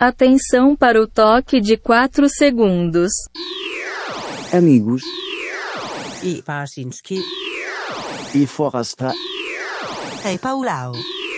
Atenção para o toque de 4 segundos. Amigos e Parsinski e Forrasta e Paulao.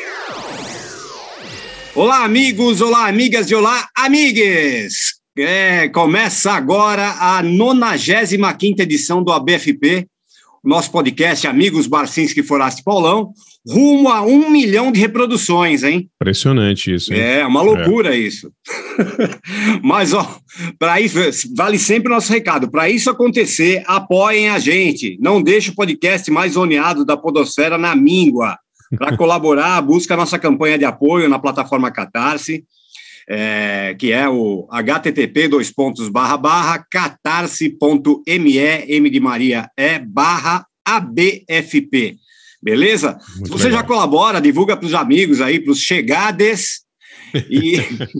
Olá, amigos, olá, amigas e olá, amigues! Começa agora a 95ª edição do ABFP, nosso podcast Amigos Barcinski, Forrasta e Paulão, rumo a 1 milhão de reproduções, hein? Impressionante isso, hein? É uma loucura isso. Mas, para isso, vale sempre o nosso recado. Para isso acontecer, apoiem a gente. Não deixe o podcast mais zoneado da podosfera na míngua. Para colaborar, busca a nossa campanha de apoio na plataforma Catarse, que é o http://catarse.me, M de Maria, /ABFP. Beleza? Muito Se você legal. já colabora, divulga para os amigos aí, para os chegades, e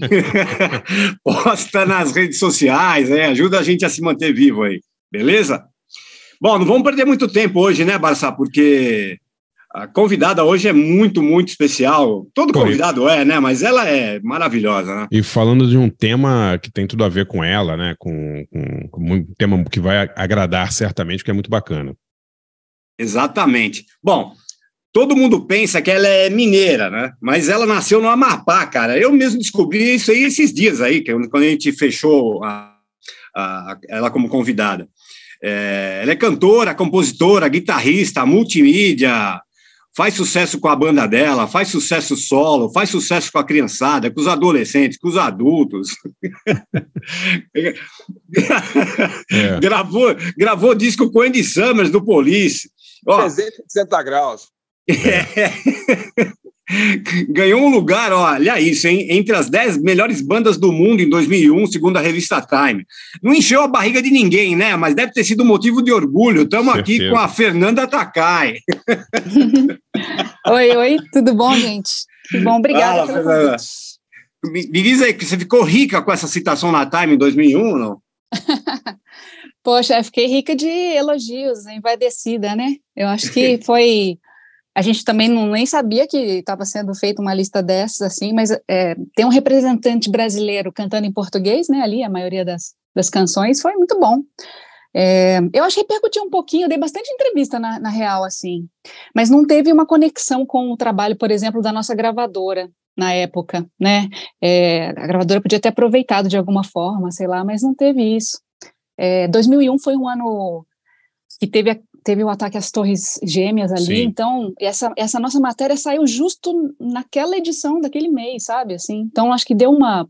posta nas redes sociais, ajuda a gente a se manter vivo aí, beleza? Bom, não vamos perder muito tempo hoje, né, Barça? Porque a convidada hoje é muito, muito especial. Todo convidado né? Mas ela é maravilhosa, né? E falando de um tema que tem tudo a ver com ela, né? Com um tema que vai agradar certamente, porque é muito bacana. Exatamente. Bom, todo mundo pensa que ela é mineira, né? Mas ela nasceu no Amapá, cara. Eu mesmo descobri isso aí esses dias aí, quando a gente fechou ela como convidada. Ela é cantora, compositora, guitarrista, multimídia, faz sucesso com a banda dela, faz sucesso solo, faz sucesso com a criançada, com os adolescentes, com os adultos. Gravou disco com Andy Summers, do Police. 360 graus. Ganhou um lugar, olha isso, hein, entre as 10 melhores bandas do mundo em 2001, segundo a revista Time. Não encheu a barriga de ninguém, né? Mas deve ter sido motivo de orgulho. Estamos aqui com a Fernanda Takai. Oi, tudo bom, gente? Tudo bom, obrigada pelo convite. Me diz aí, que você ficou rica com essa citação na Time em 2001, não? Poxa, eu fiquei rica de elogios, envaidecida, né? Eu acho que foi... A gente também nem sabia que estava sendo feita uma lista dessas, assim, mas tem um representante brasileiro cantando em português, né, ali, a maioria das canções, foi muito bom. Eu acho que repercutiu um pouquinho, eu dei bastante entrevista na real, assim, mas não teve uma conexão com o trabalho, por exemplo, da nossa gravadora, na época, né, a gravadora podia ter aproveitado de alguma forma, sei lá, mas não teve isso. 2001 foi um ano que teve o ataque às Torres Gêmeas ali. Sim. Então essa nossa matéria saiu justo naquela edição daquele mês, sabe, assim, então acho que deu uma,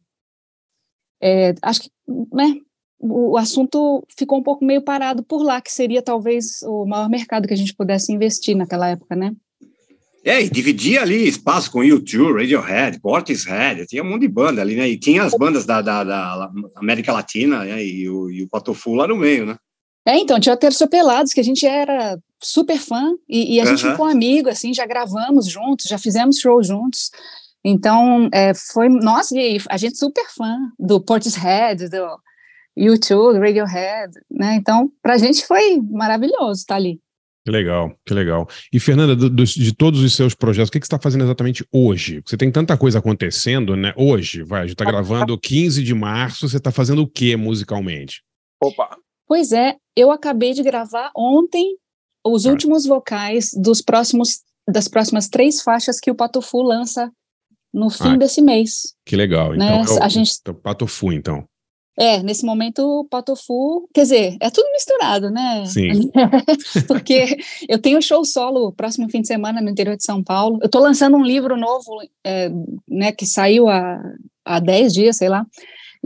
acho que, né, o assunto ficou um pouco meio parado por lá, que seria talvez o maior mercado que a gente pudesse investir naquela época, né. E dividia ali espaço com U2, Radiohead, Portishead, tinha um monte de banda ali, né, e tinha as bandas da América Latina, né, e o Patofu lá no meio, né. Então, tinha Terciopelados, que a gente era super fã, e a gente ficou amigo, assim, já gravamos juntos, já fizemos show juntos, então, foi, nossa, e a gente super fã do Portishead, do U2, do Radiohead, né, então, pra gente foi maravilhoso estar ali. Que legal, que legal. E, Fernanda, de todos os seus projetos, o que você está fazendo exatamente hoje? Você tem tanta coisa acontecendo, né? Hoje, a gente está gravando 15 de março, você está fazendo o que musicalmente? Opa! Pois eu acabei de gravar ontem os últimos vocais das próximas 3 faixas que o Patofu lança no fim desse mês. Que legal, né? Então a gente... Patofu, então. Nesse momento o Patofu, quer dizer, é tudo misturado, né? Sim. Porque eu tenho show solo próximo fim de semana no interior de São Paulo, eu tô lançando um livro novo, né, que saiu há 10 dias, sei lá,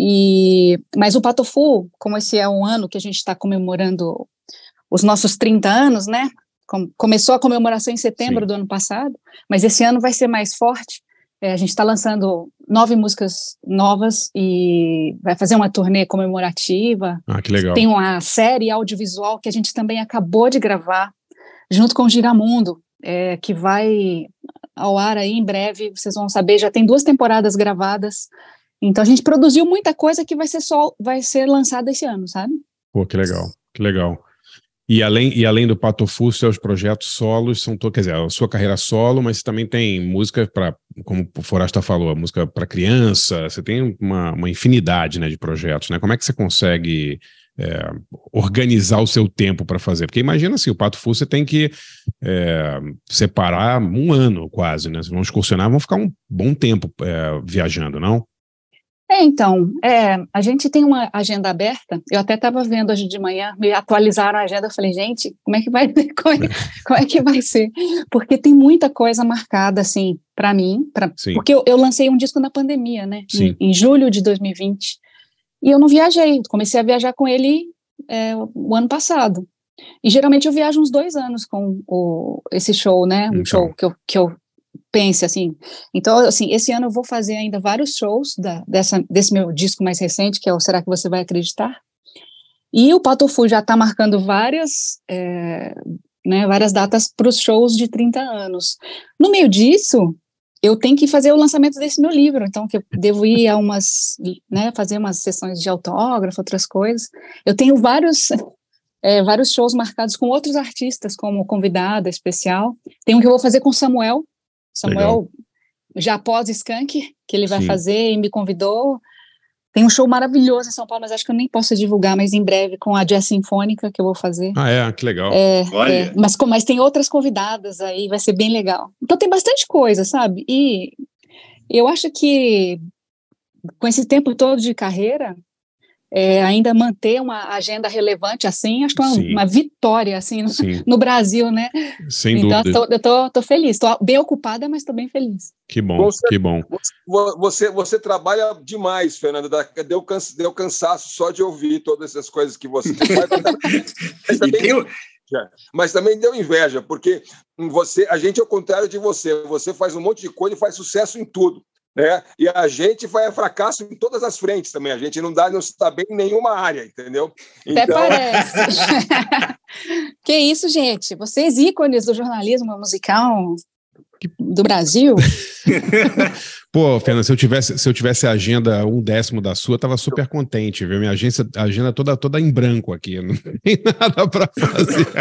mas o Patofu, como esse é um ano que a gente está comemorando os nossos 30 anos, né, começou a comemoração em setembro do ano passado, mas esse ano vai ser mais forte. A gente está lançando 9 músicas novas e vai fazer uma turnê comemorativa. Que legal. Tem uma série audiovisual que a gente também acabou de gravar, junto com o Giramundo, que vai ao ar aí em breve, vocês vão saber, já tem 2 temporadas gravadas. Então a gente produziu muita coisa que vai ser lançada esse ano, sabe? Pô, que legal, que legal. E além do Patofu, seus projetos solos são, quer dizer, a sua carreira solo, mas você também tem música para, como o Forasta falou, a música para criança, você tem uma infinidade, né, de projetos, né? Como é que você consegue organizar o seu tempo para fazer? Porque imagina assim, o Patofu você tem que separar um ano quase, né? Vocês vão excursionar, vão ficar um bom tempo viajando, não? Então, a gente tem uma agenda aberta. Eu até estava vendo hoje de manhã, me atualizaram a agenda, eu falei, gente, como é que vai ser? Porque tem muita coisa marcada, assim, para mim, porque eu lancei um disco na pandemia, né, em julho de 2020, e eu não viajei, comecei a viajar com ele o ano passado, e geralmente eu viajo uns 2 anos com esse show, né, show que eu pense, assim. Então, assim, esse ano eu vou fazer ainda vários shows desse meu disco mais recente, que é o Será que Você Vai Acreditar? E o Patofu já está marcando várias datas para os shows de 30 anos. No meio disso, eu tenho que fazer o lançamento desse meu livro, então que eu devo ir a fazer umas sessões de autógrafo, outras coisas. Eu tenho vários shows marcados com outros artistas, como convidada especial. Tem um que eu vou fazer com Samuel, Legal. Já após Skank, que ele vai fazer e me convidou. Tem um show maravilhoso em São Paulo, mas acho que eu nem posso divulgar, mas em breve com a Jazz Sinfônica que eu vou fazer. Que legal. Mas tem outras convidadas aí, vai ser bem legal. Então tem bastante coisa, sabe? E eu acho que com esse tempo todo de carreira, ainda manter uma agenda relevante assim, acho que é uma vitória assim no Brasil, né? Sem dúvida. Então eu tô feliz, tô bem ocupada, mas tô bem feliz. Que bom, que bom. Você trabalha demais, Fernanda, deu cansaço só de ouvir todas essas coisas que você faz. Mas também deu inveja, porque a gente, ao contrário de você faz um monte de coisa e faz sucesso em tudo. E a gente vai a fracasso em todas as frentes também. A gente não está bem em nenhuma área, entendeu? Até parece. Que isso, gente? Vocês ícones do jornalismo musical do Brasil. Pô, Fernanda, se eu tivesse a agenda 1/10 da sua, eu tava super contente, viu? Minha agenda toda em branco aqui, não tem nada para fazer.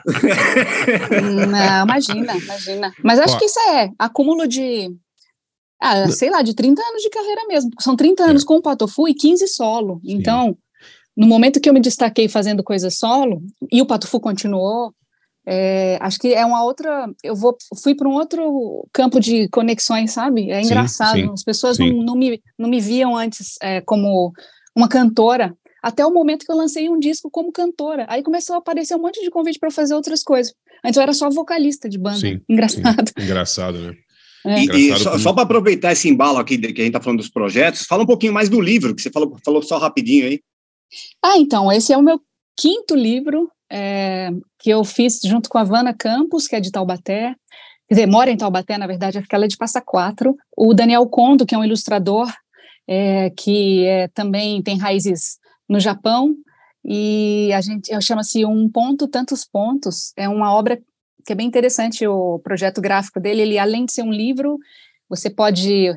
Não, imagina. Mas acho que isso é acúmulo de... sei lá, de 30 anos de carreira mesmo. São 30 anos com o Patofu e 15 solo. Sim. Então, no momento que eu me destaquei fazendo coisa solo, e o Patofu continuou, acho que é uma outra... fui para um outro campo de conexões, sabe? É engraçado. Sim. As pessoas não me viam antes como uma cantora, até o momento que eu lancei um disco como cantora. Aí começou a aparecer um monte de convite para fazer outras coisas. Antes eu era só vocalista de banda. Sim. Engraçado. Sim. Engraçado, né? E só para aproveitar esse embalo aqui que a gente está falando dos projetos, fala um pouquinho mais do livro, que você falou só rapidinho aí. Então, esse é o meu 5º livro, que eu fiz junto com a Vana Campos, que é de Taubaté, quer dizer, mora em Taubaté, na verdade, acho que ela é de Passa Quatro, o Daniel Kondo, que é um ilustrador, que também tem raízes no Japão, e chama-se Um Ponto, Tantos Pontos, é uma obra que é bem interessante, o projeto gráfico dele. Ele, além de ser um livro, você pode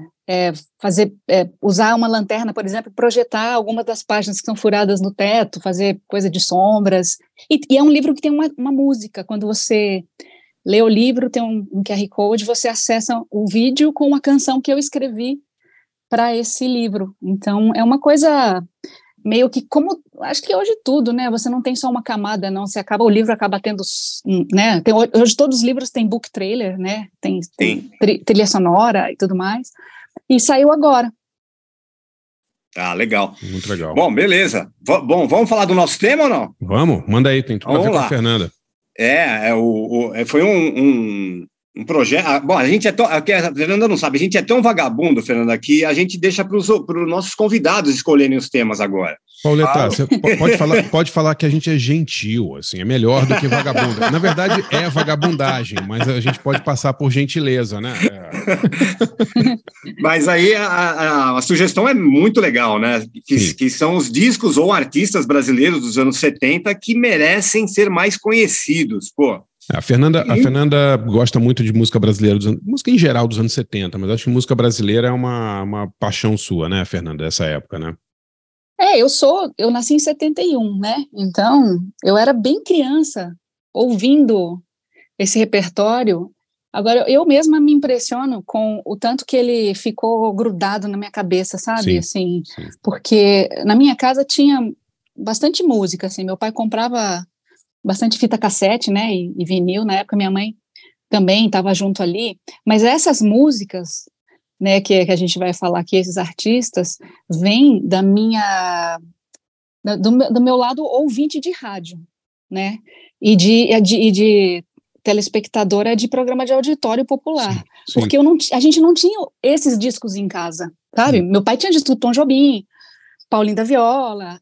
usar uma lanterna, por exemplo, projetar algumas das páginas que são furadas no teto, fazer coisa de sombras, e é um livro que tem uma música. Quando você lê o livro, tem um QR Code, você acessa o vídeo com uma canção que eu escrevi para esse livro. Então, é uma coisa meio que, como, acho que hoje tudo, né, você não tem só uma camada, não, o livro acaba tendo, né, hoje todos os livros têm book trailer, né, tem trilha sonora e tudo mais, e saiu agora. Legal. Muito legal. Bom, beleza. Vamos falar do nosso tema ou não? Vamos, manda aí, tem tudo a ver com a Fernanda. Foi um projeto. Bom, a gente a Fernanda não sabe, a gente é tão vagabundo, Fernanda, que a gente deixa para os nossos convidados escolherem os temas agora. Pauleta, você pode falar que a gente é gentil, assim, é melhor do que vagabundo. Na verdade, é vagabundagem, mas a gente pode passar por gentileza, né? Mas aí a sugestão é muito legal, né? Que são os discos ou artistas brasileiros dos anos 70 que merecem ser mais conhecidos, pô. A Fernanda gosta muito de música brasileira, música em geral dos anos 70, mas acho que música brasileira é uma paixão sua, né, Fernanda, dessa época, né? Eu nasci em 71, né? Então, eu era bem criança, ouvindo esse repertório. Agora, eu mesma me impressiono com o tanto que ele ficou grudado na minha cabeça, sabe? Assim, porque na minha casa tinha bastante música, assim, meu pai comprava bastante fita cassete, né, e vinil, na época minha mãe também estava junto ali, mas essas músicas, né, que a gente vai falar aqui, esses artistas, vêm do meu lado ouvinte de rádio, né, e de telespectadora de programa de auditório popular, porque a gente não tinha esses discos em casa, sabe? Meu pai tinha disco do Tom Jobim, Paulinho da Viola,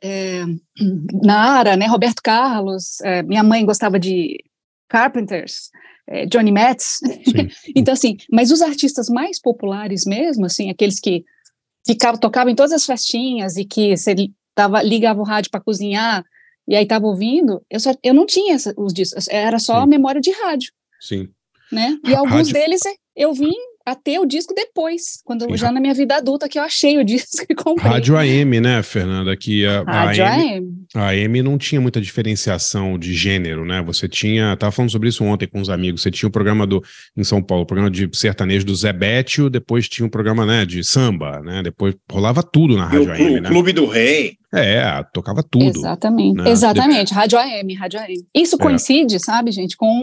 Nara, né, Roberto Carlos, minha mãe gostava de Carpenters, Johnny Metz, então assim, mas os artistas mais populares mesmo, assim, aqueles que tocavam em todas as festinhas e que você ligava o rádio para cozinhar e aí estava ouvindo, eu não tinha os discos, era só memória de rádio, né, e alguns deles eu vim a ter o disco depois, quando já na minha vida adulta que eu achei o disco e comprei. Rádio AM, né, Fernanda? Que Rádio AM. A AM não tinha muita diferenciação de gênero, né? Você tava falando sobre isso ontem com os amigos, você tinha o programa em São Paulo, o programa de sertanejo do Zé Bétio, depois tinha um programa, né, de samba, né? Depois rolava tudo na Rádio AM, né? Clube do Rei. Tocava tudo. Exatamente, né? Exatamente, Rádio AM. Isso coincide, sabe, gente, com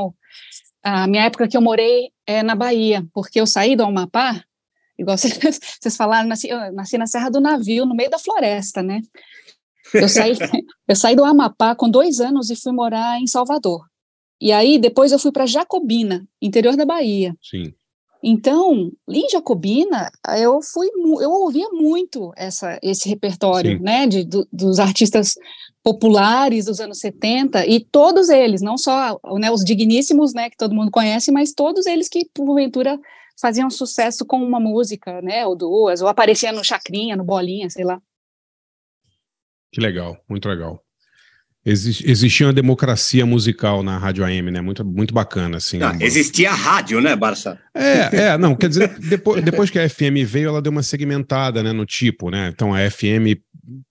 a minha época que eu morei na Bahia, porque eu saí do Amapá, igual vocês falaram, eu nasci na Serra do Navio, no meio da floresta, né? Eu saí do Amapá com 2 anos e fui morar em Salvador. E aí, depois eu fui para Jacobina, interior da Bahia. Sim. Então, em Jacobina, eu ouvia muito esse repertório, né, dos artistas populares dos anos 70, e todos eles, não só, né, os digníssimos, né, que todo mundo conhece, mas todos eles que, porventura, faziam sucesso com uma música, né, ou duas, ou apareciam no Chacrinha, no Bolinha, sei lá. Que legal, muito legal. Existia uma democracia musical na Rádio AM, né? Muito, muito bacana, assim. Existia a rádio, né, Barça? Não, quer dizer, depois que a FM veio, ela deu uma segmentada, né, no tipo, né? Então a FM,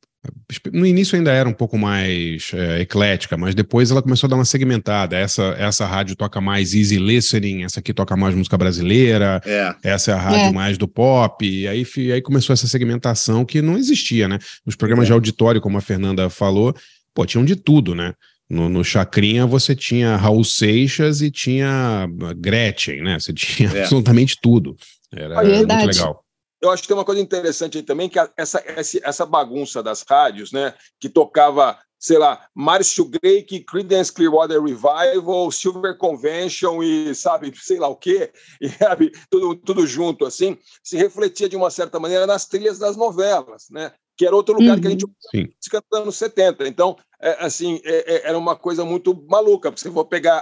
no início ainda era um pouco mais eclética, mas depois ela começou a dar uma segmentada. Essa rádio toca mais easy listening, essa aqui toca mais música brasileira, essa é a rádio mais do pop, e aí começou essa segmentação que não existia, né? Os programas de auditório, como a Fernanda falou, tinham de tudo, né? No Chacrinha você tinha Raul Seixas e tinha Gretchen, né? Você tinha absolutamente tudo. Era muito legal. Eu acho que tem uma coisa interessante aí também, que essa bagunça das rádios, né? Que tocava, sei lá, Márcio Greik, Creedence Clearwater Revival, Silver Convention e, sabe, sei lá o quê, e sabe, tudo junto, assim, se refletia de uma certa maneira nas trilhas das novelas, né? Que era outro lugar que a gente música dos anos 70. Então, era uma coisa muito maluca, porque se eu for pegar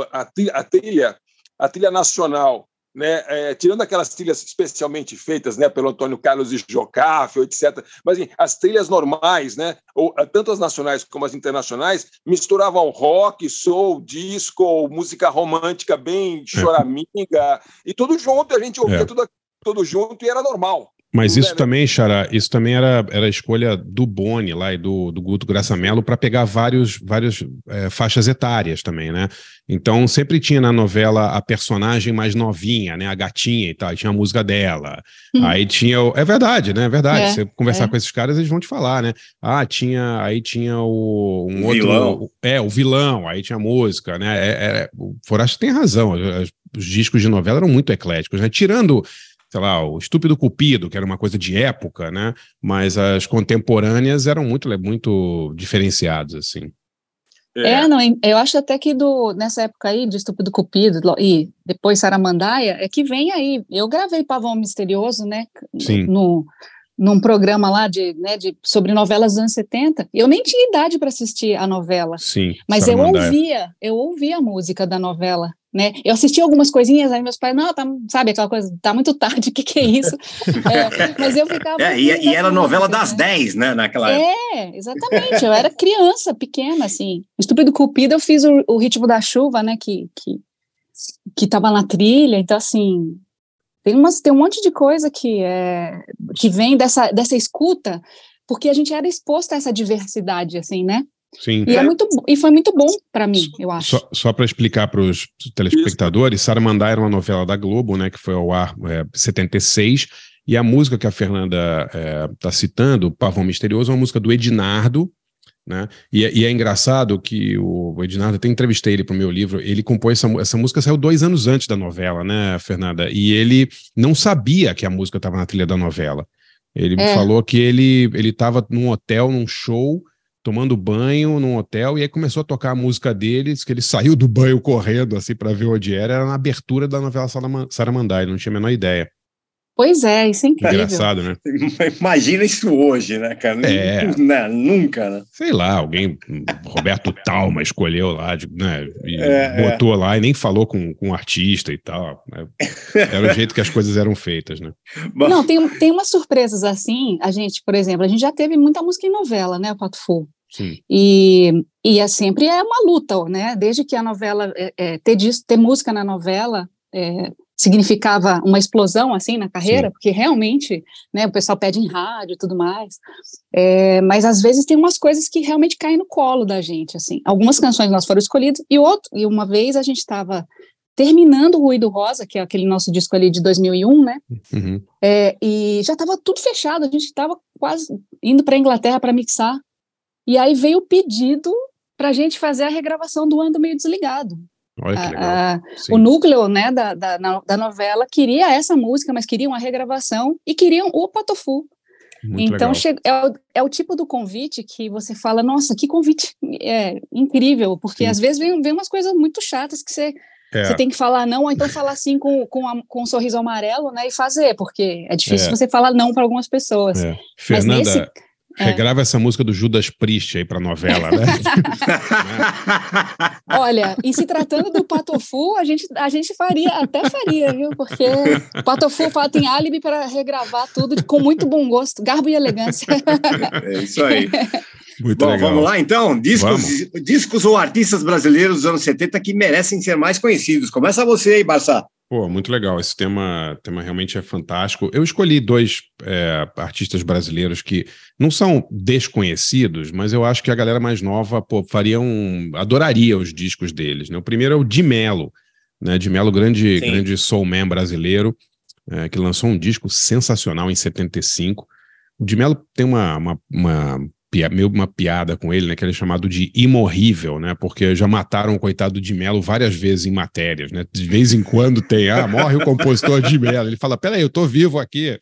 a trilha nacional, né, tirando aquelas trilhas especialmente feitas, né, pelo Antônio Carlos e Jocafe, etc., mas assim, as trilhas normais, né, tanto as nacionais como as internacionais, misturavam rock, soul, disco, música romântica bem choraminga, e tudo junto, a gente ouvia tudo junto e era normal. Mas isso também, Xará, era a escolha do Boni lá e do Guto Graça Mello para pegar várias faixas etárias também, né? Então sempre tinha na novela a personagem mais novinha, né? A gatinha e tal, tinha a música dela. Aí tinha é verdade, né? É verdade. Você conversar com esses caras, eles vão te falar, né? Aí tinha o vilão. O vilão, aí tinha a música, né? O Foracho tem razão, os discos de novela eram muito ecléticos, né? Tirando, sei lá, o Estúpido Cupido, que era uma coisa de época, né? Mas as contemporâneas eram muito diferenciadas, assim. Eu acho até que nessa época aí, de Estúpido Cupido e depois Saramandaia, é que vem aí. Eu gravei Pavão Misterioso, né? Sim. Num programa lá sobre novelas dos anos 70. Eu nem tinha idade para assistir a novela. Sim. Mas eu ouvia a música da novela, né? Eu assistia algumas coisinhas, aí meus pais, não, sabe aquela coisa, tá muito tarde, o que é isso? Mas eu ficava... E era novela das 10, né, naquela época. Exatamente, eu era criança, pequena, assim. Estúpido Cupido, eu fiz o Ritmo da Chuva, né, que tava na trilha, então, assim... Tem um monte de coisa que vem dessa escuta, porque a gente era exposto a essa diversidade, assim, né? Sim. E foi muito bom para mim, eu acho. Só para explicar para os telespectadores, Saramandá era uma novela da Globo, né, que foi ao ar em 76, e a música que a Fernanda está citando, Pavão Misterioso, é uma música do Ednardo, né? E é engraçado que o Ednardo, até entrevistei ele para o meu livro, ele compôs essa música, saiu 2 anos antes da novela, né, Fernanda? E ele não sabia que a música estava na trilha da novela. Ele me falou que ele estava num hotel, num show, tomando banho num hotel, e aí começou a tocar a música deles, que ele saiu do banho correndo, assim, para ver onde era na abertura da novela Saramandá, ele não tinha a menor ideia. Pois é, isso é incrível. Engraçado, né? Imagina isso hoje, né, cara? Nunca, né? Sei lá, alguém, Roberto Talma, escolheu lá, né, e botou lá e nem falou com o artista e tal. Né? Era o jeito que as coisas eram feitas, né? Não, tem umas surpresas assim, por exemplo, a gente já teve muita música em novela, né, o Pato Fu. Sim. E sempre é uma luta, né? Desde que a novela, ter música na novela significava uma explosão, assim, na carreira, sim, porque realmente, né, o pessoal pede em rádio e tudo mais, mas às vezes tem umas coisas que realmente caem no colo da gente, assim. Algumas canções nós foram escolhidas, e uma vez a gente estava terminando o Ruído Rosa, que é aquele nosso disco ali de 2001, né, uhum, e já estava tudo fechado, a gente estava quase indo para a Inglaterra para mixar, e aí veio o pedido para a gente fazer a regravação do Ando Meio Desligado. Olha que legal. O núcleo, né, da novela queria essa música, mas queriam a regravação e queriam o Pato Fu. Muito então legal. é o tipo do convite que você fala, nossa, que convite incrível, porque sim, às vezes vem umas coisas muito chatas que você tem que falar não, ou então falar sim com um sorriso amarelo, né, e fazer, porque é difícil você falar não para algumas pessoas. Fernanda, regrava essa música do Judas Priest aí pra novela, né? Olha, e se tratando do Pato Fu, a gente até faria, viu? Porque o Pato Fu tem álibi para regravar tudo com muito bom gosto, garbo e elegância. É isso aí. Muito legal. Vamos lá, então? Discos ou artistas brasileiros dos anos 70 que merecem ser mais conhecidos. Começa você aí, Barça. Pô, muito legal, esse tema realmente é fantástico. Eu escolhi 2 artistas brasileiros que não são desconhecidos, mas eu acho que a galera mais nova, adoraria os discos deles, né? O primeiro é o Di Mello, né? Di Mello, grande soulman brasileiro, que lançou um disco sensacional em 75. O Di Mello tem uma piada com ele, né, que ele é chamado de imorrível, né, porque já mataram o coitado Di Mello várias vezes em matérias, né, de vez em quando tem, morre o compositor Di Mello, ele fala, peraí, eu tô vivo aqui.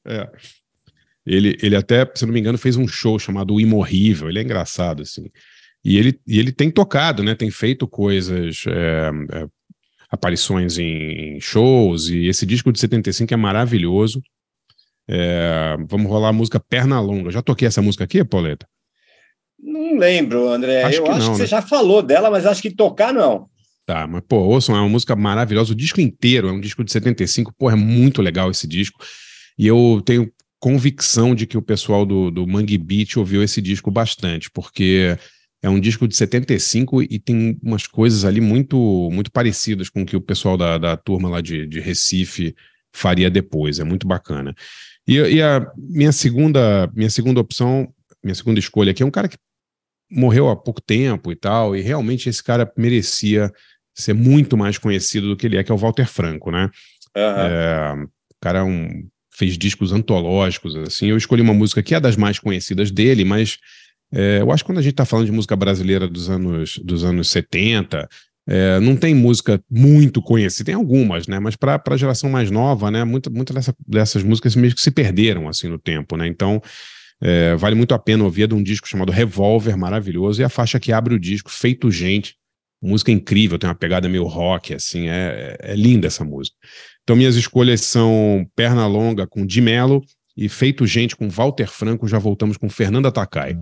Ele até, se não me engano, fez um show chamado Imorrível, ele é engraçado, assim, e ele tem tocado, né, tem feito coisas, aparições em shows, e esse disco de 75 é maravilhoso. Vamos rolar a música Perna Longa. Já toquei essa música aqui, Pauleta? Não lembro, André. Acho que você já falou dela, mas acho que tocar não. Tá, mas ouçam, é uma música maravilhosa. O disco inteiro é um disco de 75, é muito legal esse disco. E eu tenho convicção de que o pessoal do Mangue Beat ouviu esse disco bastante, porque é um disco de 75 e tem umas coisas ali muito, muito parecidas com o que o pessoal da turma lá de Recife faria depois. É muito bacana. E a minha segunda opção, minha segunda escolha aqui é um cara que morreu há pouco tempo e tal, e realmente esse cara merecia ser muito mais conhecido do que ele que é o Walter Franco, né? Uhum. O cara fez discos antológicos, assim. Eu escolhi uma música que é das mais conhecidas dele, mas eu acho que quando a gente tá falando de música brasileira dos anos 70... não tem música muito conhecida, tem algumas, né? Mas para a geração mais nova, né? Muitas dessas músicas mesmo que se perderam assim no tempo, né? Então vale muito a pena ouvir de um disco chamado Revolver, maravilhoso, e a faixa que abre o disco, Feito Gente, música incrível, tem uma pegada meio rock, assim, é linda essa música. Então minhas escolhas são Perna Longa com Di Mello e Feito Gente com Walter Franco. Já voltamos com Fernanda Takai.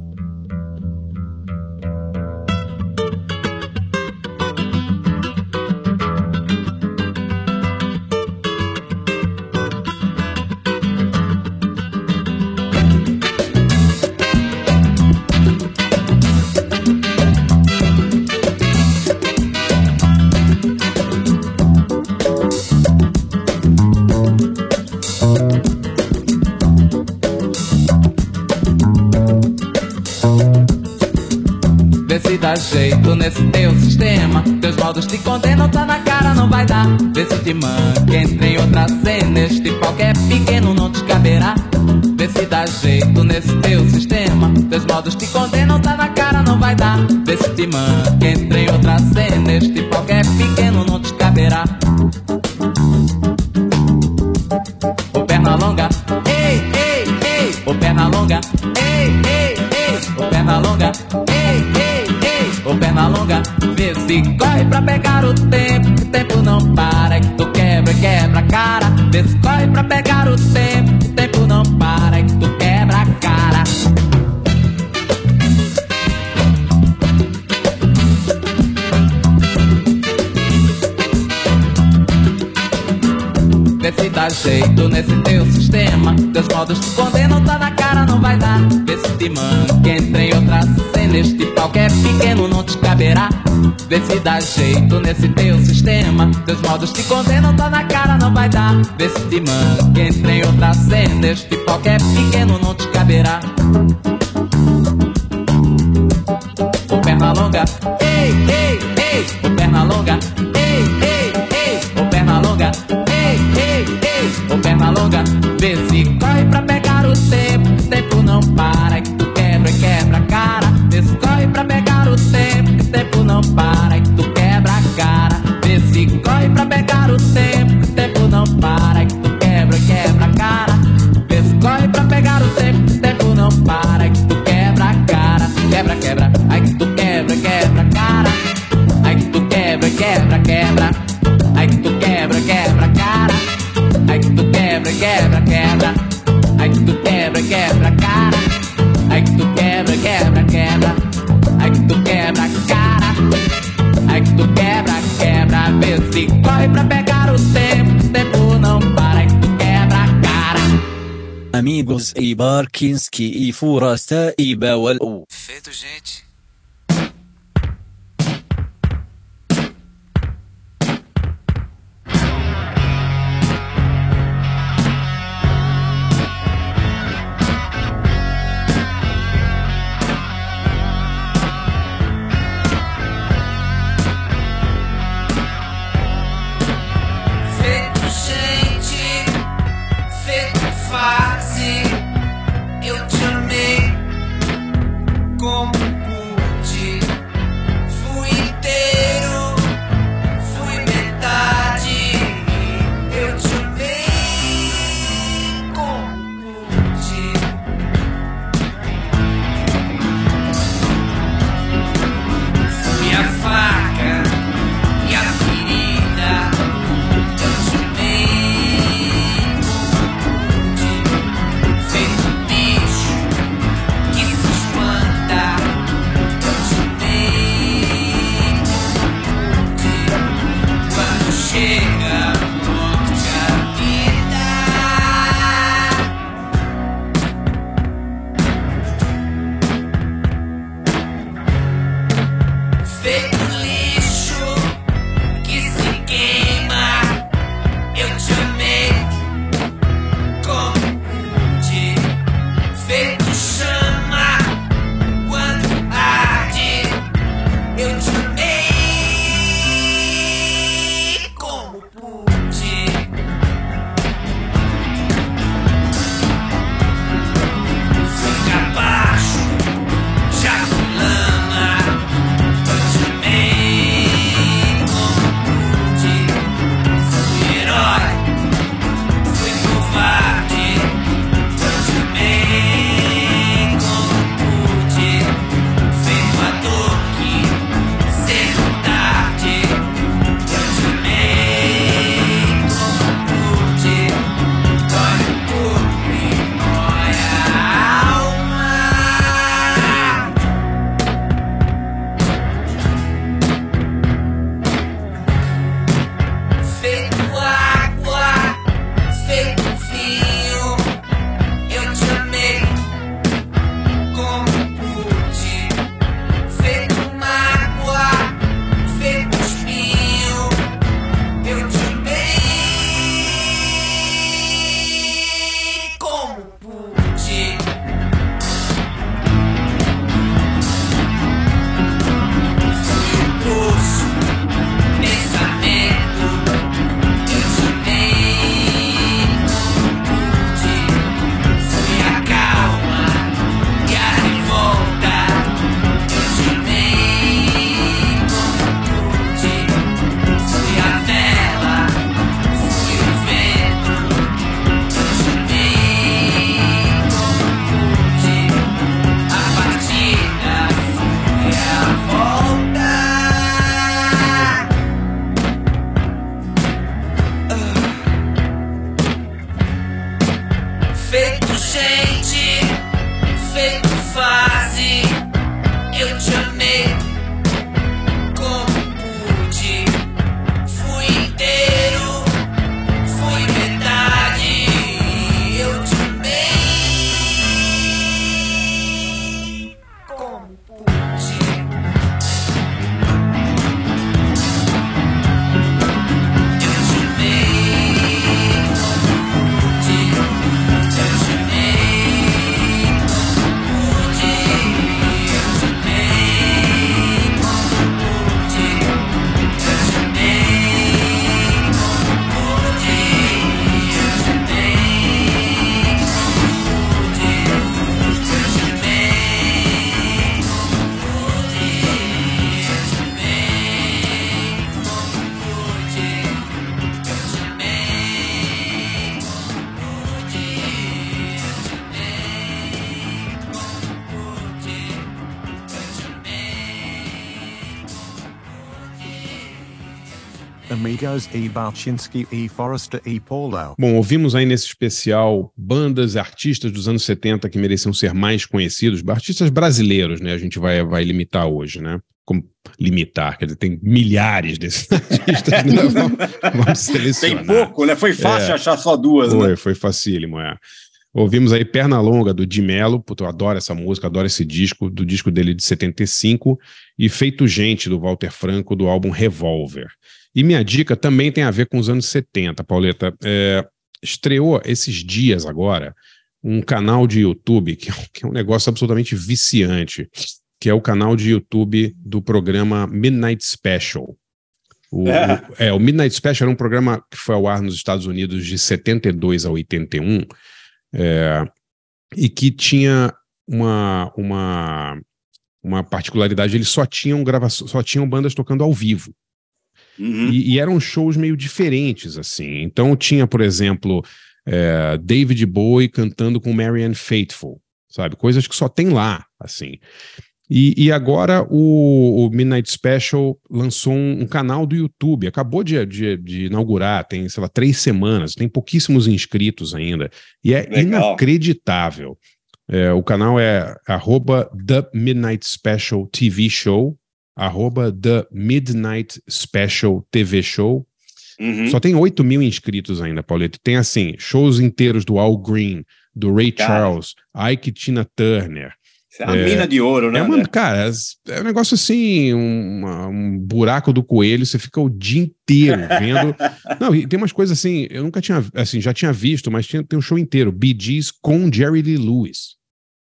dá jeito nesse teu sistema. Teus modos te condenam, tá na cara, não vai dar. Vê se te manca, entra em outra cena. Este pau que é pequeno não te caberá. Vê se dá jeito nesse teu sistema. Teus modos te condenam, tá na cara, não vai dar. Vê se te manca, entra em outra cena. Este pau que é pequeno não te caberá. Ô perna longa, ei, ei, ei. Ô perna longa, ei, ei, ei. Ô perna longa, ei, ei, ei. Ô perna longa, vê se corre pra pegar o tempo. Que o tempo não para, que tu quebra, quebra a cara. Vê se corre pra pegar o tempo. Que o tempo não para, que tu quebra a cara. Vê se dá jeito nesse teu sistema. Teus modos te condenam, tá na cara, não vai dar. Vê se te manca, entra em outra cena. Este pau que é pequeno não te caberá. Vê se dá jeito nesse teu sistema. Teus modos te condenam, tá na cara, não vai dar. Vê se te manca, entra em outra cena. Este pau que é pequeno não te caberá. Ô perna longa, ei, ei, ei. Ô perna longa, ei, ei, ei. Ô perna longa, ei, ei, ei. Ô perna longa, vê se corre pra pegar o tempo. Que o tempo não para, que tu quebra e quebra a cara. Vê se corre pra pegar o tempo. Que o tempo não para, que tu quebra a cara. Vê se corre pra pegar o tempo. Que o tempo não para, que tu quebra e quebra a cara. Vê se corre pra pegar o tempo. Que o tempo não para, que tu quebra a cara. Quebra, quebra, ai que tu quebra, quebra a cara. Ai que tu quebra, quebra, quebra. Ai que tu quebra, quebra a cara. Ai que tu quebra, quebra, quebra. Ai que tu quebra, quebra a cara. Ai que tu quebra, quebra, quebra. Ai que tu quebra a cara. Ai que tu quebra, quebra. Vê se corre pra pegar o tempo. O tempo não para, ai que tu quebra a cara. Amigos e Barkinski e Furasta e Bawal. Feito, gente. Eu te amei como amigos e Barchinski e Forrester e Paulo. Bom, ouvimos aí nesse especial bandas e artistas dos anos 70 que mereciam ser mais conhecidos, artistas brasileiros, né? A gente vai limitar hoje, né? Como limitar, quer dizer, tem milhares desses artistas, né? Vamos selecionar. Tem pouco, né? Foi fácil achar só duas, né? Foi facílimo, Ouvimos aí Pernalonga, do Di Mello, puto, eu adoro essa música, adoro esse disco, do disco dele de 75, e Feito Gente, do Walter Franco, do álbum Revolver. E minha dica também tem a ver com os anos 70, Pauleta. Estreou esses dias agora um canal de YouTube, que é um negócio absolutamente viciante, que é o canal de YouTube do programa Midnight Special. O Midnight Special era um programa que foi ao ar nos Estados Unidos de 72 a 81, e que tinha uma particularidade, eles só tinham bandas tocando ao vivo. Uhum. E eram shows meio diferentes, assim. Então tinha, por exemplo, David Bowie cantando com Marianne Faithfull, sabe? Coisas que só tem lá, assim. E agora o Midnight Special lançou um canal do YouTube, acabou de inaugurar, tem, sei lá, 3 semanas, tem pouquíssimos inscritos ainda, e é inacreditável. O canal é @The Midnight Special TV Show, @The Midnight Special TV Show. Uhum. Só tem 8 mil inscritos ainda, Paulette. Tem, assim, shows inteiros do Al Green, do Ray Charles, Ike e Tina Turner. Isso é uma mina de ouro, né? Cara, é um negócio assim, um buraco do coelho, você fica o dia inteiro vendo. Não, e tem umas coisas assim, eu nunca tinha, assim, já tinha visto, mas tem um show inteiro, Bee Gees com Jerry Lee Lewis.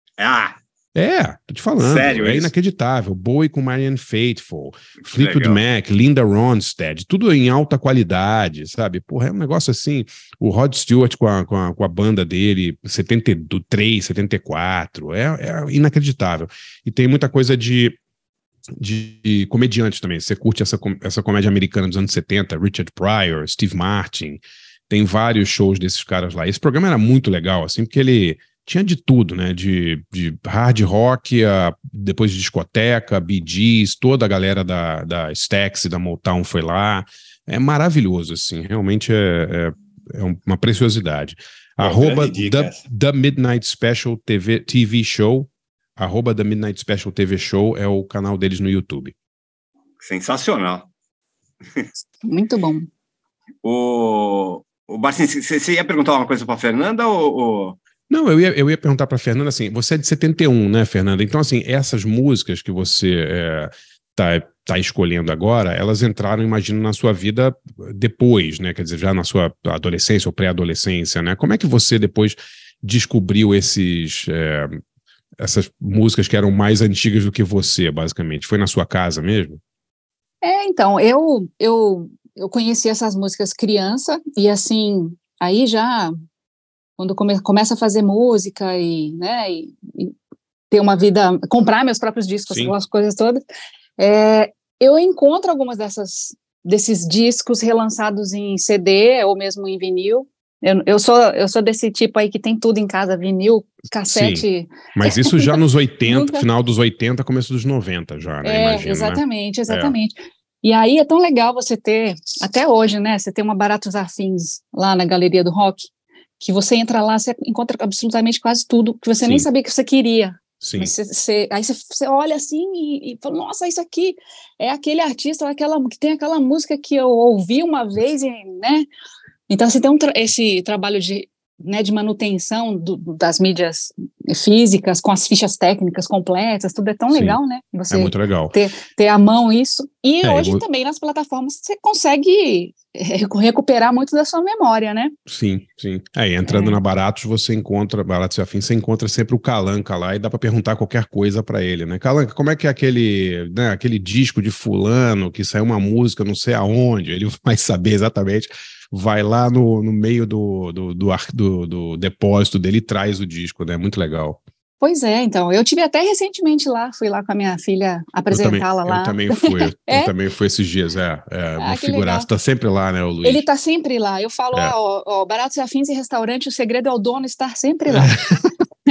Tô te falando. Sério, é isso? Inacreditável. Bowie com Marianne Faithfull, Fleetwood Mac, Linda Ronstadt, tudo em alta qualidade, sabe? Porra, é um negócio assim. O Rod Stewart com a banda dele, 73, 74, é inacreditável. E tem muita coisa de comediantes também. Você curte essa comédia americana dos anos 70, Richard Pryor, Steve Martin, tem vários shows desses caras lá. Esse programa era muito legal, assim, porque ele tinha de tudo, né? De hard rock, depois de discoteca, Bee Gees, toda a galera da Stax e da Motown foi lá. É maravilhoso, assim, realmente é uma preciosidade. The Midnight Special TV Show, @The Midnight Special TV Show é o canal deles no YouTube. Sensacional. Muito bom. O Barcinski, você ia perguntar uma coisa para a Fernanda ou... Não, eu ia perguntar para a Fernanda, assim, você é de 71, né, Fernanda? Então, assim, essas músicas que você tá escolhendo agora, elas entraram, imagino, na sua vida depois, né? Quer dizer, já na sua adolescência ou pré-adolescência, né? Como é que você depois descobriu essas músicas que eram mais antigas do que você, basicamente? Foi na sua casa mesmo? Então, eu conheci essas músicas criança, e assim, aí já... Quando começa a fazer música e ter uma vida, comprar meus próprios discos, aquelas coisas todas, eu encontro algumas desses discos relançados em CD ou mesmo em vinil. Eu sou desse tipo aí que tem tudo em casa, vinil, cassete. Sim, mas isso já nos 80, final dos 80, começo dos 90 já, né? Imagino, exatamente. E aí é tão legal você ter, até hoje, né? Você tem uma Baratos Afins lá na Galeria do Rock, que você entra lá, você encontra absolutamente quase tudo que você nem sabia que você queria. Sim. Mas aí você olha assim e fala, nossa, isso aqui é aquele artista, que tem aquela música que eu ouvi uma vez, né? Então você tem esse trabalho de manutenção das mídias físicas, com as fichas técnicas completas, tudo é tão legal, né? Você é muito legal. Ter à mão isso. E hoje também nas plataformas você consegue recuperar muito da sua memória, né? Sim. Entrando na Baratos, você encontra, Baratos e Afins, você encontra sempre o Calanca lá e dá para perguntar qualquer coisa para ele, né? Calanca, como é que é aquele disco de fulano que saiu uma música não sei aonde? Ele vai saber exatamente, vai lá no meio do depósito dele e traz o disco, né? Muito legal. Pois é, então, eu tive até recentemente fui lá com a minha filha apresentá-la lá. Eu também fui esses dias, uma figuraça, tá sempre lá, né, o Luiz? Ele tá sempre lá, eu falo, Baratos e Afins e Restaurante, o segredo é o dono estar sempre lá.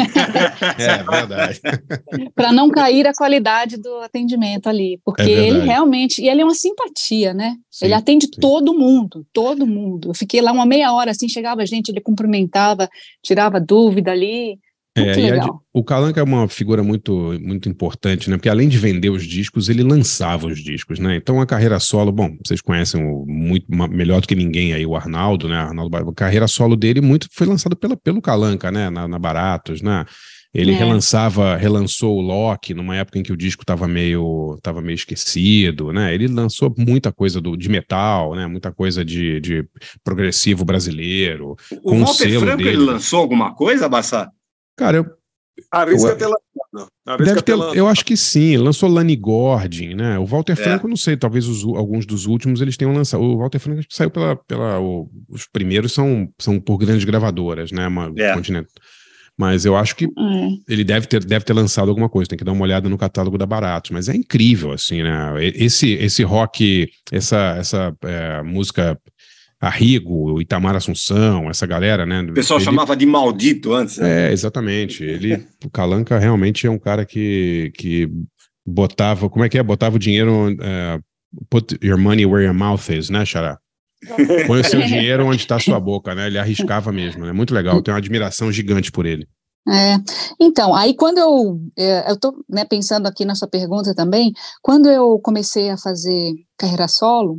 É verdade. Para não cair a qualidade do atendimento ali, porque ele realmente, e ele é uma simpatia, né? Sim, ele atende sim. todo mundo. Eu fiquei lá uma meia hora, assim, chegava gente, ele cumprimentava, tirava dúvida ali, muito legal. O Calanca é uma figura muito, muito importante, né? Porque além de vender os discos, ele lançava os discos, né? Então a carreira solo, bom, vocês conhecem melhor do que ninguém aí o Arnaldo, né? A carreira solo dele muito foi lançada pelo Calanca, né? Na Baratos, né? Ele relançou o Loki numa época em que o disco estava meio esquecido, né? Ele lançou muita coisa de metal, né? Muita coisa de progressivo brasileiro. O Walter Franco, ele lançou alguma coisa, Bassá? Cara, Arrisca ter lançado. Eu acho que sim, lançou Lani Gordon, né? O Walter Franco, não sei, talvez alguns dos últimos eles tenham lançado. O Walter Franco acho que saiu os primeiros são por grandes gravadoras, né? Continente. Mas eu acho que ele deve ter lançado alguma coisa, tem que dar uma olhada no catálogo da Baratos, mas é incrível, assim, né? Esse rock, essa música Arrigo, Itamar Assunção, essa galera, né? O pessoal chamava de maldito antes. Né? Exatamente. O Calanca realmente é um cara que botava, como é que é? Botava o dinheiro, put your money where your mouth is, né, Xará? Põe o seu dinheiro onde está a sua boca, né? Ele arriscava mesmo, né? Muito legal, tenho uma admiração gigante por ele. Então, aí quando eu tô, né, pensando aqui na sua pergunta também, quando eu comecei a fazer carreira solo,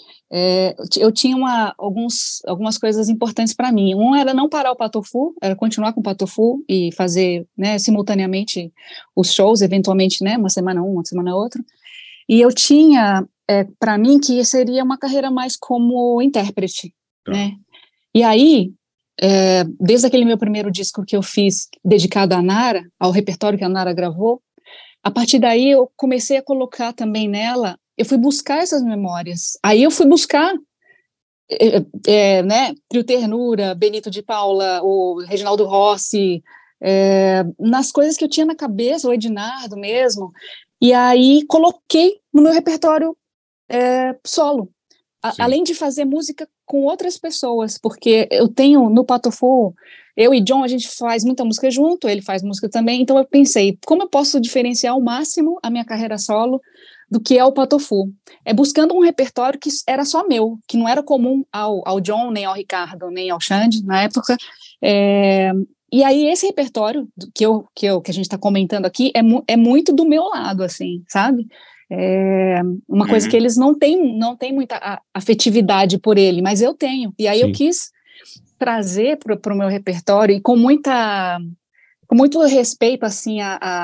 eu tinha algumas coisas importantes para mim. Um era não parar o Patofu, era continuar com o Patofu e fazer, né, simultaneamente os shows, eventualmente, né, uma semana uma semana outra. E eu tinha para mim que seria uma carreira mais como intérprete, né? E aí, desde aquele meu primeiro disco que eu fiz dedicado à Nara, ao repertório que a Nara gravou, a partir daí eu comecei a colocar também nela. Eu fui buscar essas memórias. Aí eu fui buscar, né, Trio Ternura, Benito de Paula, o Reginaldo Rossi, nas coisas que eu tinha na cabeça, o Ednardo mesmo, e aí coloquei no meu repertório solo, além de fazer música com outras pessoas, porque eu tenho no Patofu, eu e John, a gente faz muita música junto, ele faz música também, então eu pensei, como eu posso diferenciar ao máximo a minha carreira solo do que é o Patofu, buscando um repertório que era só meu, que não era comum ao John, nem ao Ricardo, nem ao Xande, na época, e aí esse repertório que a gente está comentando aqui é muito do meu lado, assim, sabe? Uma coisa que eles não têm muita afetividade por ele, mas eu tenho, e aí eu quis trazer para o meu repertório, e com muito respeito, assim,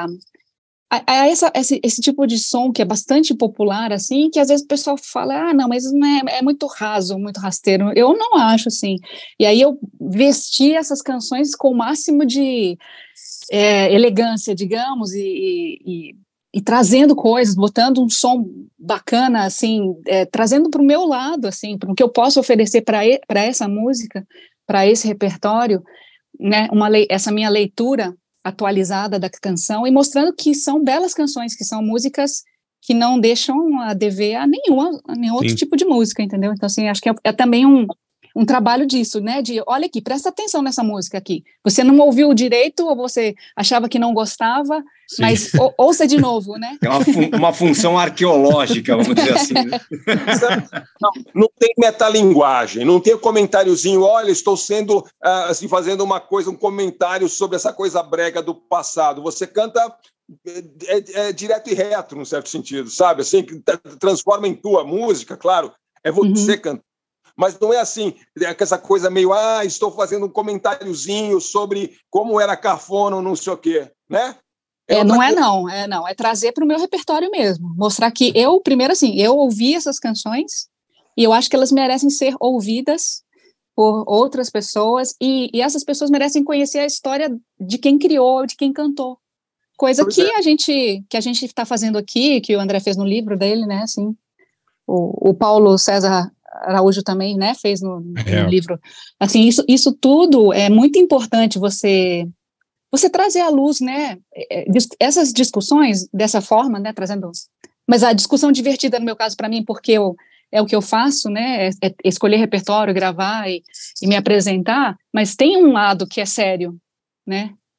esse tipo de som que é bastante popular, assim, que às vezes o pessoal fala, não, mas não é muito raso, muito rasteiro. Eu não acho, assim. E aí eu vesti essas canções com o máximo de elegância, digamos, e trazendo coisas, botando um som bacana, assim, trazendo para o meu lado, assim, para o que eu posso oferecer para essa música, para esse repertório, né, essa minha leitura atualizada da canção, e mostrando que são belas canções, que são músicas que não deixam a dever a nenhum outro tipo de música, entendeu? Então, assim, acho que é também um trabalho disso, né, de, olha aqui, presta atenção nessa música aqui, você não ouviu direito, ou você achava que não gostava, mas ouça de novo, né? É uma função arqueológica, vamos dizer assim. Né? Não tem metalinguagem, não tem comentáriozinho, olha, estou sendo, assim, fazendo uma coisa, um comentário sobre essa coisa brega do passado. Você canta direto e reto, num certo sentido, sabe? Assim, transforma em tua música, claro, é você cantando. Mas não é assim, essa coisa meio, estou fazendo um comentáriozinho sobre como era cafona ou não sei o quê, né? É trazer para o meu repertório mesmo, mostrar que primeiro assim, eu ouvi essas canções e eu acho que elas merecem ser ouvidas por outras pessoas e essas pessoas merecem conhecer a história de quem criou, de quem cantou, coisa que a gente está fazendo aqui, que o André fez no livro dele, né, assim, o Paulo César Araújo também, né, fez no livro, assim, isso tudo é muito importante você trazer à luz, né, essas discussões dessa forma, né, trazendo, mas a discussão divertida no meu caso para mim, porque é o que eu faço, né, é escolher repertório, gravar e me apresentar, mas tem um lado que é sério, né,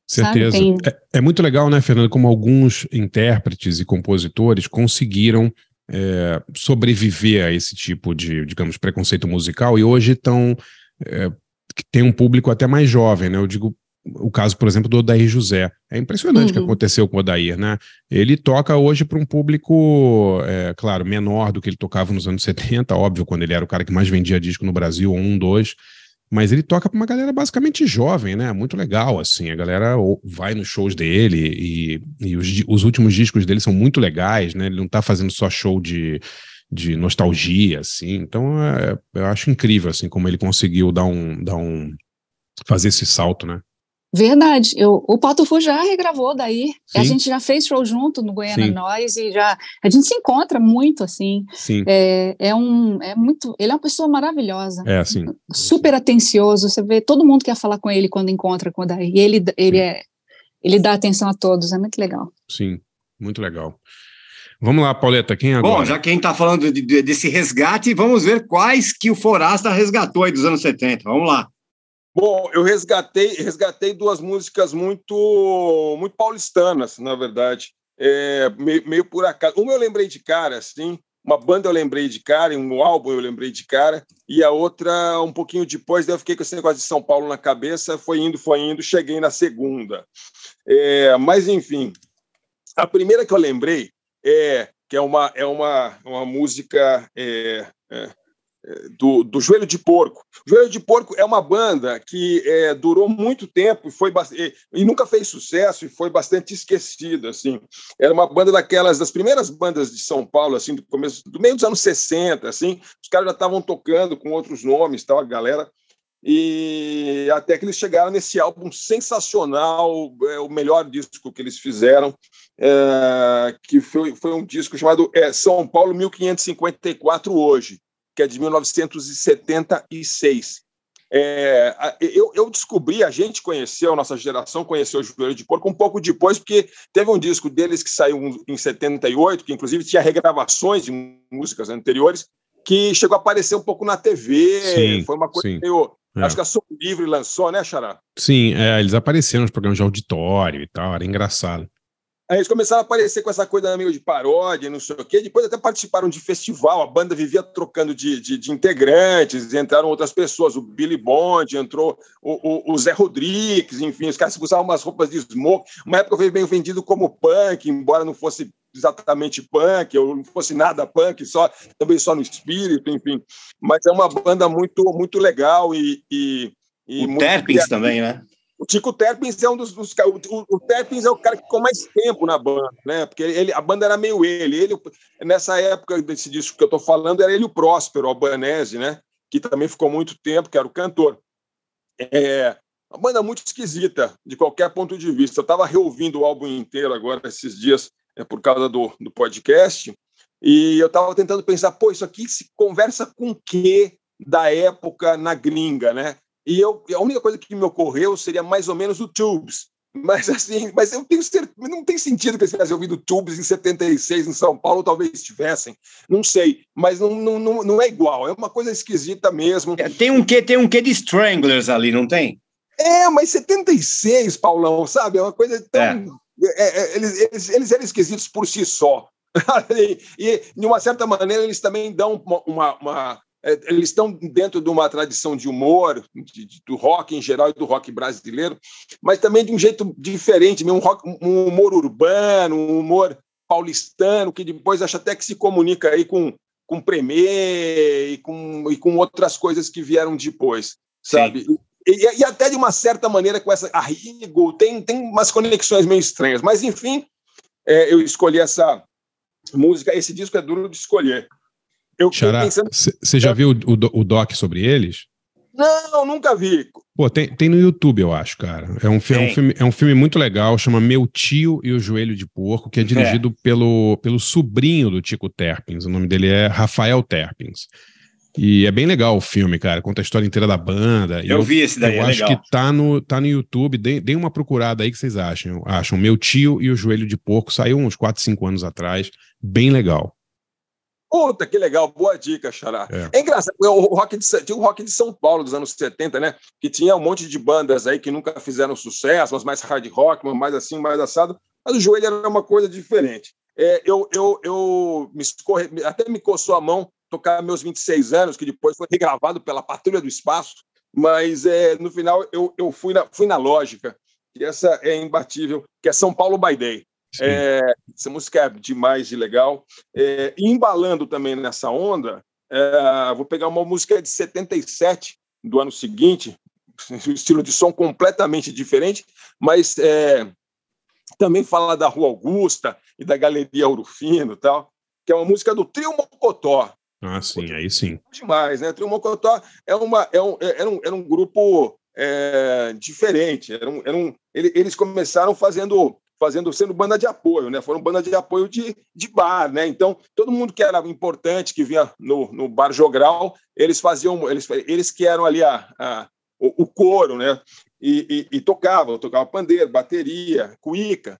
Certeza. Sabe? É muito legal, né, Fernando, como alguns intérpretes e compositores conseguiram sobreviver a esse tipo de, digamos, preconceito musical e hoje estão tem um público até mais jovem, né? Eu digo o caso, por exemplo, do Odair José. É impressionante o que aconteceu com o Odair, né? Ele toca hoje para um público, claro, menor do que ele tocava nos anos 70, óbvio, quando ele era o cara que mais vendia disco no Brasil, 2, mas ele toca para uma galera basicamente jovem, né? Muito legal, assim, a galera vai nos shows dele e os últimos discos dele são muito legais, né? Ele não tá fazendo só show de nostalgia, assim, então eu acho incrível, assim, como ele conseguiu fazer esse salto, né? Verdade. O Patufu já regravou daí. Sim. A gente já fez show junto no Goiânia Sim. Nós e a gente se encontra muito, assim. Sim. Ele é uma pessoa maravilhosa. Sim. Super atencioso. Você vê, todo mundo quer falar com ele quando encontra com o Daí. E ele dá atenção a todos. É muito legal. Sim, muito legal. Vamos lá, Pauleta, quem agora? Bom, já que a gente está falando desse resgate, vamos ver quais que o Forasta resgatou aí dos anos 70. Vamos lá. Bom, eu resgatei duas músicas muito paulistanas, na verdade, meio por acaso. Uma eu lembrei de cara, assim, uma banda eu lembrei de cara, e um álbum eu lembrei de cara, e a outra um pouquinho depois, daí eu fiquei com esse negócio de São Paulo na cabeça, foi indo, cheguei na segunda. Mas, enfim, a primeira que eu lembrei que é uma música... Do Joelho de Porco. O Joelho de Porco é uma banda que durou muito tempo e nunca fez sucesso e foi bastante esquecida, assim. Era uma banda das primeiras bandas de São Paulo, assim, do meio dos anos 60, assim. Os caras já estavam tocando com outros nomes, tal, a galera, e até que eles chegaram nesse álbum sensacional, o melhor disco que eles fizeram, que foi um disco chamado São Paulo 1554 Hoje, que é de 1976. Eu descobri, a gente conheceu, nossa geração conheceu o Joelho de Porco um pouco depois, porque teve um disco deles que saiu em 78, que inclusive tinha regravações de músicas anteriores, que chegou a aparecer um pouco na TV. Sim, foi uma coisa meio... Acho que a Som Livre lançou, né, Xará? Sim, eles apareceram nos programas de auditório e tal, era engraçado. Aí eles começaram a aparecer com essa coisa meio de paródia, não sei o quê. Depois até participaram de festival, a banda vivia trocando de integrantes, entraram outras pessoas, o Billy Bond, entrou o Zé Rodrigues, enfim, os caras usavam umas roupas de smoke. Uma época foi bem vendido como punk, embora não fosse exatamente punk, ou não fosse nada punk, também só no espírito, enfim. Mas é uma banda muito, muito legal e o Terpins também, né? O Tico Terpins é um dos o Terpins é o cara que ficou mais tempo na banda, né? Porque a banda era meio ele nessa época desse disco que eu estou falando, era ele o Próspero, o Albanese, né? Que também ficou muito tempo, que era o cantor. Uma banda muito esquisita, de qualquer ponto de vista. Eu estava reouvindo o álbum inteiro agora, esses dias, por causa do podcast, e eu estava tentando pensar, isso aqui se conversa com o quê da época na gringa, né? E a única coisa que me ocorreu seria mais ou menos o Tubes. Mas eu tenho certeza, não tem sentido que eles tivessem ouvido Tubes em 76 em São Paulo, talvez tivessem, não sei, mas não é igual, é uma coisa esquisita mesmo. Tem um quê de Stranglers ali, não tem? Mas 76, Paulão, sabe? É uma coisa tão... Eles eram esquisitos por si só. E, de uma certa maneira, eles também dão eles estão dentro de uma tradição de humor, do rock em geral e do rock brasileiro, mas também de um jeito diferente, um humor urbano, um humor paulistano, que depois acho até que se comunica aí com Premier e com outras coisas que vieram depois, sabe? E até de uma certa maneira com essa Arrigo, tem umas conexões meio estranhas, mas enfim, eu escolhi essa música, esse disco é duro de escolher. Xará, você já viu o doc sobre eles? Não, nunca vi. Pô, tem no YouTube, eu acho, cara. É um filme muito legal, chama Meu Tio e o Joelho de Porco, que é dirigido pelo sobrinho do Tico Terpins. O nome dele é Rafael Terpins. E é bem legal o filme, cara. Conta a história inteira da banda. Eu vi esse daí, eu acho legal. Que tá no YouTube. Deem uma procurada aí que vocês acham. Meu Tio e o Joelho de Porco. Saiu uns 4, 5 anos atrás. Bem legal. Puta, que legal, boa dica, Xará. É engraçado, tinha o rock de São Paulo dos anos 70, né? Que tinha um monte de bandas aí que nunca fizeram sucesso, mas mais hard rock, mais assim, mais assado. Mas o Joelho era uma coisa diferente. Até me coçou a mão tocar meus 26 anos, que depois foi regravado pela Patrulha do Espaço, mas no final eu fui na lógica, que essa é imbatível, que é São Paulo by Day. Essa música é demais de legal. E embalando também nessa onda, vou pegar uma música de 77, do ano seguinte, um estilo de som completamente diferente, mas também fala da Rua Augusta e da Galeria Ouro Fino e tal, que é uma música do Trio Mocotó. Ah, sim, aí sim. Demais, né? O Trio Mocotó era um grupo diferente. Eles começaram sendo banda de apoio, né? Foram banda de apoio de bar, né? Então, todo mundo que era importante, que vinha no Bar Jogral, eles que eram ali o coro, né? E tocavam pandeiro, bateria, cuíca.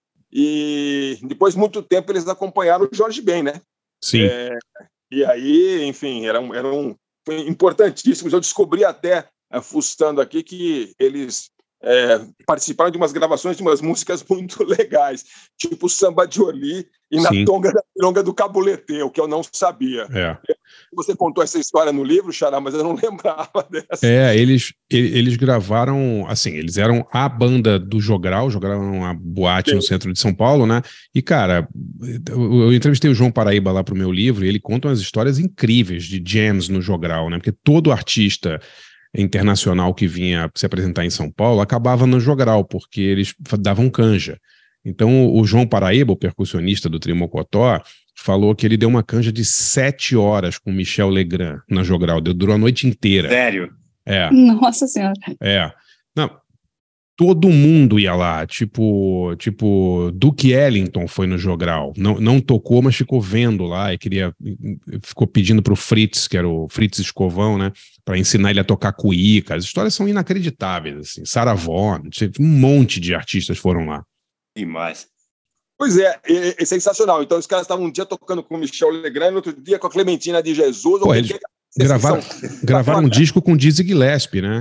E depois de muito tempo eles acompanharam o Jorge Ben, né? Sim. E aí, enfim, foi importantíssimos. Eu descobri até, fuçando aqui, que eles participaram de umas gravações de umas músicas muito legais, tipo Samba de Oli e Na Tonga da Pironga do Cabuleteu, que eu não sabia. Você contou essa história no livro, Xará, mas eu não lembrava dessa. Eles gravaram, assim, eles eram a banda do Jogral uma boate no centro de São Paulo, né? E, cara, eu entrevistei o João Paraíba lá pro meu livro e ele conta umas histórias incríveis de jams no Jogral, né? Porque todo artista internacional que vinha se apresentar em São Paulo acabava no Jogral, porque eles davam canja. Então, o João Paraíba, o percussionista do Trio Mocotó, falou que ele deu uma canja de 7 horas com Michel Legrand na Jogral, durou a noite inteira. Sério? Nossa Senhora. Não, todo mundo ia lá, tipo Duke Ellington foi no Jogral, não tocou, mas ficou vendo lá e ficou pedindo pro Fritz, que era o Fritz Escovão, né, para ensinar ele a tocar cuíca. As histórias são inacreditáveis, assim. Sarah Vaughan, um monte de artistas foram lá. Demais. Pois é sensacional. Então os caras estavam um dia tocando com o Michel Legrand, no outro dia com a Clementina de Jesus. Eles gravaram um disco com Dizzy Gillespie, né?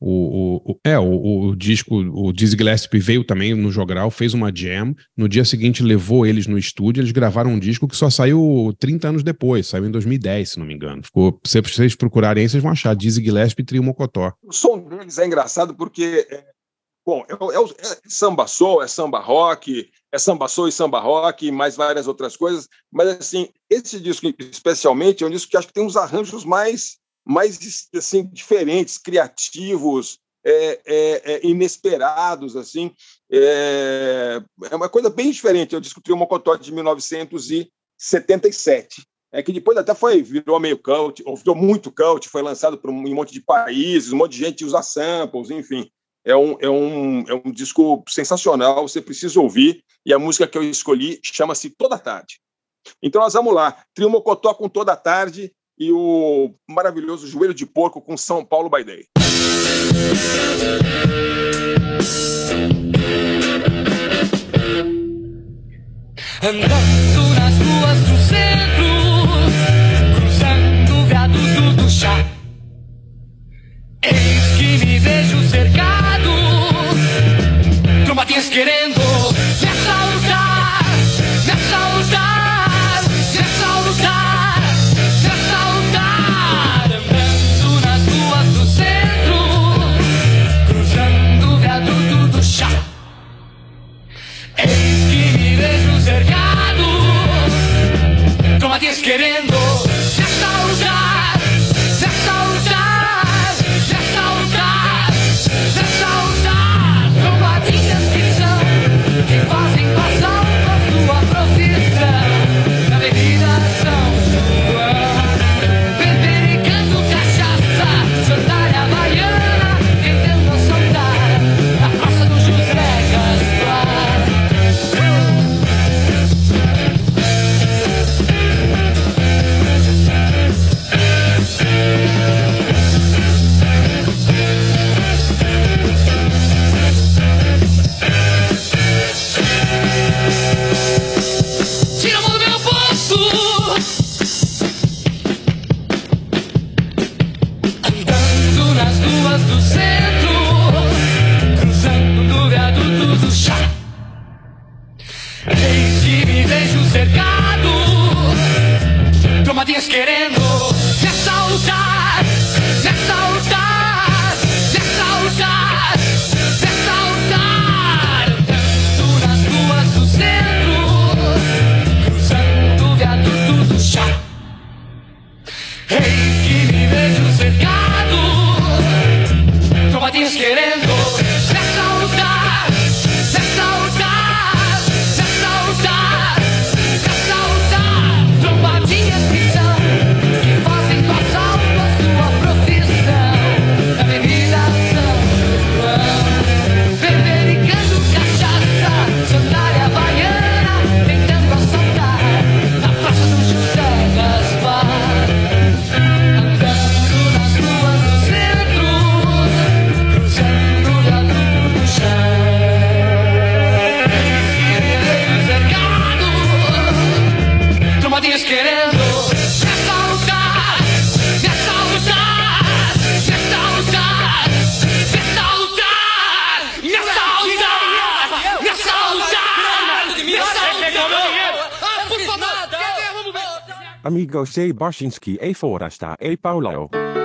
O disco, o Dizzy Gillespie veio também no Jogral, fez uma jam, no dia seguinte levou eles no estúdio, eles gravaram um disco que só saiu 30 anos depois, saiu em 2010, se não me engano. Se vocês procurarem aí, vocês vão achar Dizzy Gillespie e Trio Mocotó. O som deles é engraçado porque é samba soul, é samba rock, é samba soul e samba rock, e mais várias outras coisas, mas assim, esse disco especialmente é um disco que acho que tem uns arranjos mais assim, diferentes, criativos, inesperados, assim, é uma coisa bem diferente. Eu discuti o Mocotó de 1977, que depois até virou meio cult, ou virou muito cult, foi lançado por um monte de países, um monte de gente usa samples, enfim. É um disco sensacional, você precisa ouvir, e a música que eu escolhi chama-se Toda Tarde. Então nós vamos lá, Trio Mocotó com Toda Tarde e o maravilhoso Joelho de Porco com São Paulo by Day. Andando nas ruas do centro, cruzando o viaduto do chá, eis que me vejo cercado, trombadinhas querendo me assaltar, me assaltar, me assaltar, me assaltar. Andando nas ruas do centro, cruzando o viaduto do chá, eis que me vejo cercado, trombadinhas querendo me assaltar, me assaltar, me assaltar, me assaltar. Trombadinhas que são, que fazem passar a sua profissão na Avenida São João, bebericando cachaça, sandália havaiana, tentando assaltar a Praça do José Gaspar. Eis que me vejo cercado, trombadinhas querendo me assaltar, me assaltar, me assaltar, me assaltar. Danço nas ruas do centro, cruzando o viaduto do chá. Eis que me vejo cercado, trombadinhas querendo me assaltar, me assaltar, me assaltar, me assaltar. Trombadinhas que são, que fazem do assalto a sua profissão. Na avenida São João, bebericando cachaça, sandália havaiana, tentando assaltar na Praça São José Gaspar. Andando nas ruas do centro, cruzando o viaduto do chão. Cercado, trombadinhas querendo me assaltar, me assaltar, me assaltar, me assaltar, me assaltar, me assaltar, me assaltar. Por favor, vamos ver. Amigo C. Barsinski e Forasta e Paulo.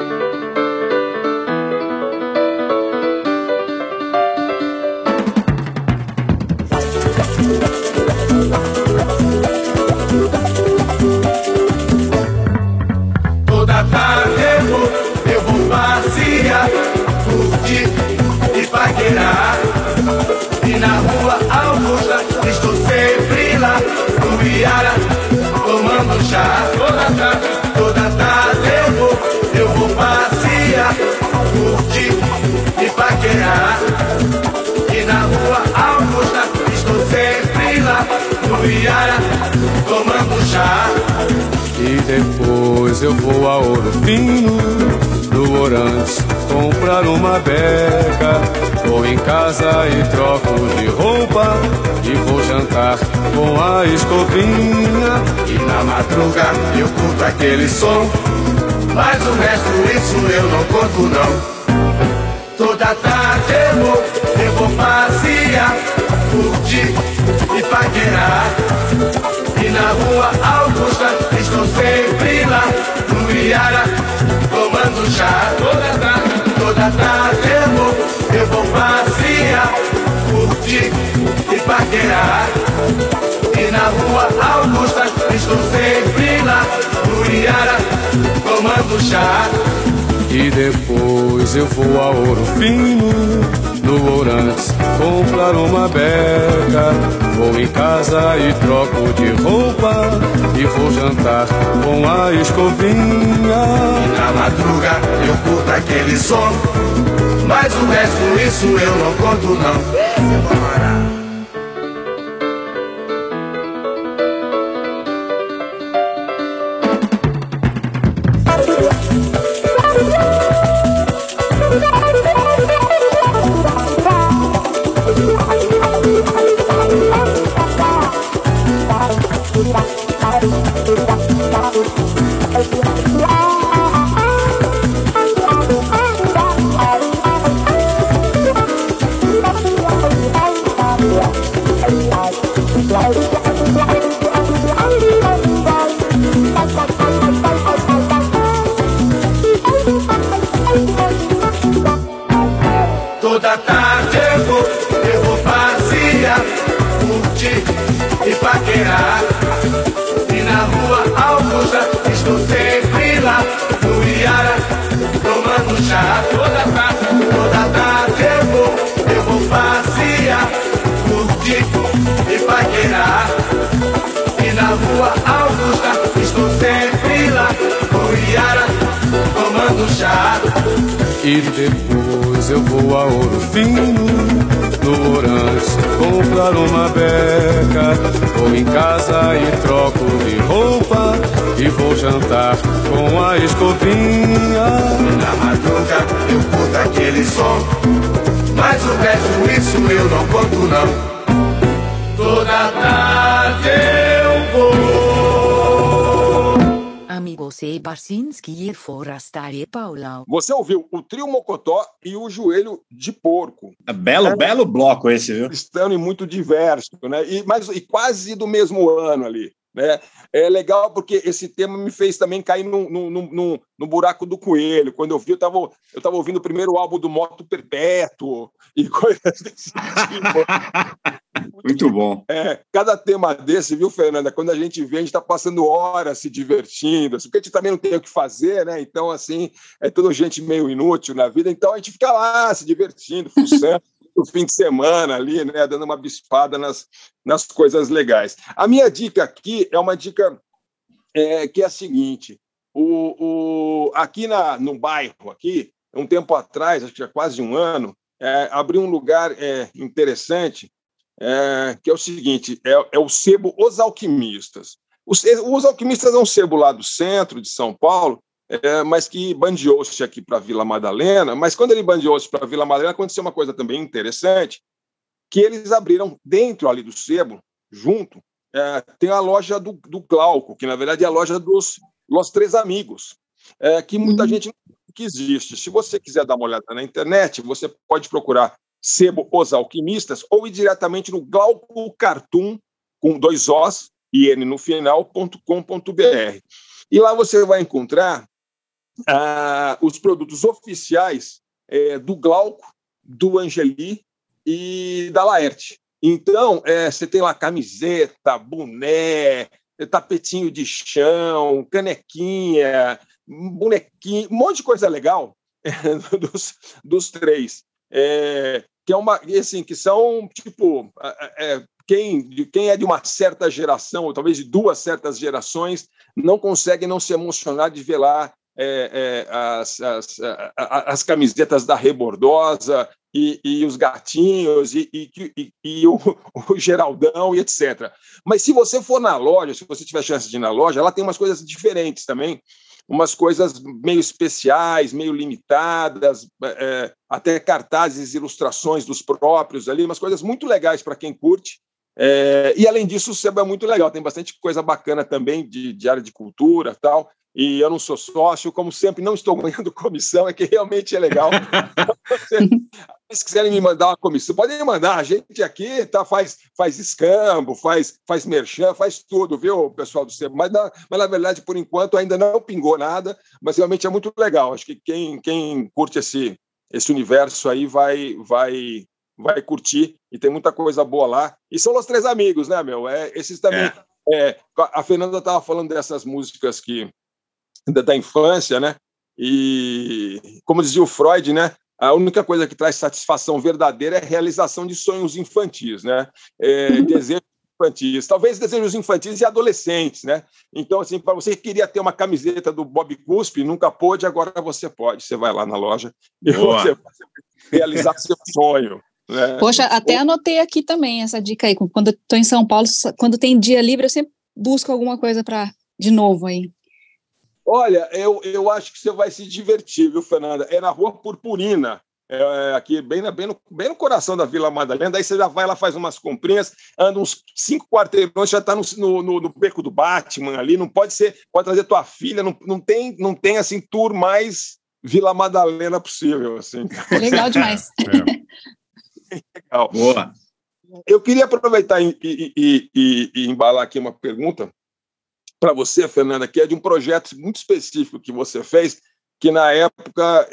Toda tarde eu vou passear, curtir e paquerar. E na rua Augusta estou sempre lá, no Iara, tomando chá. Toda tarde eu vou passear, curtir e paquerar. E na rua Augusta estou sempre lá, no Iara, tomando chá. E depois eu vou a Ouro Fino, no Orantes, comprar uma beca. Vou em casa e troco de roupa, e vou jantar com a escovinha. E na madruga eu curto aquele som, mas o resto isso eu não conto não. Toda tarde eu vou passear, curtir e paquerar. E na rua Augusta estou sempre lá, no Iara, tomando chá. Toda tarde eu vou passear, curtir e paquerar. E na rua Augusta estou sempre lá, no Iara, tomando chá. E depois eu vou a Ouro Fino, no Orantes, comprar uma beca. Vou em casa e troco de roupa, e vou jantar com a escovinha. E na madruga eu curto aquele som, mas o resto isso eu não conto não. Toda tarde eu vou passear, curtir e paquerar. E na rua Augusta estou sempre lá, no Iara, tomando chá. Toda tarde eu vou passear, curtir e paquerar. E na rua Augusta estou sempre lá, no Iara, tomando chá. E depois eu vou a Ouro Fino, no Orantes, comprar uma beca. Vou em casa e troco de roupa, e vou jantar com a escovinha. E na madruga eu curto aquele som, mas o resto isso eu não conto não. Toda tarde eu vou. Amigos e Barcinski e Forasta e Paulau. Você ouviu o Trio Mocotó e o Joelho de Porco. Belo bloco esse, viu? Cristão e muito diverso, né? E quase do mesmo ano ali, né? É legal porque esse tema me fez também cair no buraco do coelho. Quando eu vi, eu tava ouvindo o primeiro álbum do Moto Perpétuo e coisas desse tipo. Muito bom. Cada tema desse, viu, Fernanda? Quando a gente vê, a gente está passando horas se divertindo, porque a gente também não tem o que fazer, né? Então, assim, é toda gente meio inútil na vida, então a gente fica lá se divertindo, fuçando no fim de semana ali, né? Dando uma bispada nas coisas legais. A minha dica aqui é uma dica que é a seguinte: aqui no bairro, aqui, um tempo atrás, acho que já quase um ano, abriu um lugar interessante, que é o seguinte, é o sebo Os Alquimistas. Os Alquimistas é um sebo lá do centro de São Paulo, mas que bandeou-se aqui para Vila Madalena, mas quando ele bandeou-se para Vila Madalena, aconteceu uma coisa também interessante, que eles abriram dentro ali do sebo, junto, tem a loja do Glauco, que na verdade é a loja dos Los Três Amigos, que muita gente não sabe que existe. Se você quiser dar uma olhada na internet, você pode procurar Sebo Os Alquimistas, ou ir diretamente no Glauco Cartoon, com 2 Os e N no final.com.br. E lá você vai encontrar os produtos oficiais do Glauco, do Angeli e da Laerte. Então, você tem lá camiseta, boné, tapetinho de chão, canequinha, bonequinho, um monte de coisa legal dos três. Que são tipo quem é de uma certa geração, ou talvez de 2 certas gerações, não consegue não se emocionar de ver lá as camisetas da Rebordosa e os gatinhos e o Geraldão e etc. Mas se você for na loja, se você tiver chance de ir na loja, ela tem umas coisas diferentes também, umas coisas meio especiais, meio limitadas, até cartazes, ilustrações dos próprios ali, umas coisas muito legais para quem curte. E, além disso, o sebo é muito legal, tem bastante coisa bacana também de área de cultura e tal, e eu não sou sócio, como sempre, não estou ganhando comissão, é que realmente é legal. Se quiserem me mandar uma comissão, podem mandar, a gente aqui faz escambo, faz merchan, faz tudo, viu, pessoal do sebo, mas na verdade, por enquanto, ainda não pingou nada, mas realmente é muito legal, acho que quem curte esse universo aí vai curtir, e tem muita coisa boa lá. E são Os Três Amigos, né, meu? Esses também. A Fernanda estava falando dessas músicas da infância, né? E, como dizia o Freud, né? A única coisa que traz satisfação verdadeira é a realização de sonhos infantis, né? Desejos infantis, talvez desejos infantis e adolescentes, né? Então, assim, para você que queria ter uma camiseta do Bob Cuspe, nunca pôde, agora você pode. Você vai lá na loja e você vai realizar seu sonho. Poxa, até anotei aqui também essa dica aí. Quando eu estou em São Paulo, quando tem dia livre, eu sempre busco alguma coisa de novo aí. Olha, eu acho que você vai se divertir, viu, Fernanda? É na Rua Purpurina, aqui bem no coração da Vila Madalena. Daí você já vai lá, faz umas comprinhas, anda uns 5 quarteirões, já está no beco do Batman ali. Não pode trazer tua filha, não tem assim, tour mais Vila Madalena possível. Assim. Legal demais. Legal. Boa. Eu queria aproveitar e embalar aqui uma pergunta para você, Fernanda, que é de um projeto muito específico que você fez, que na época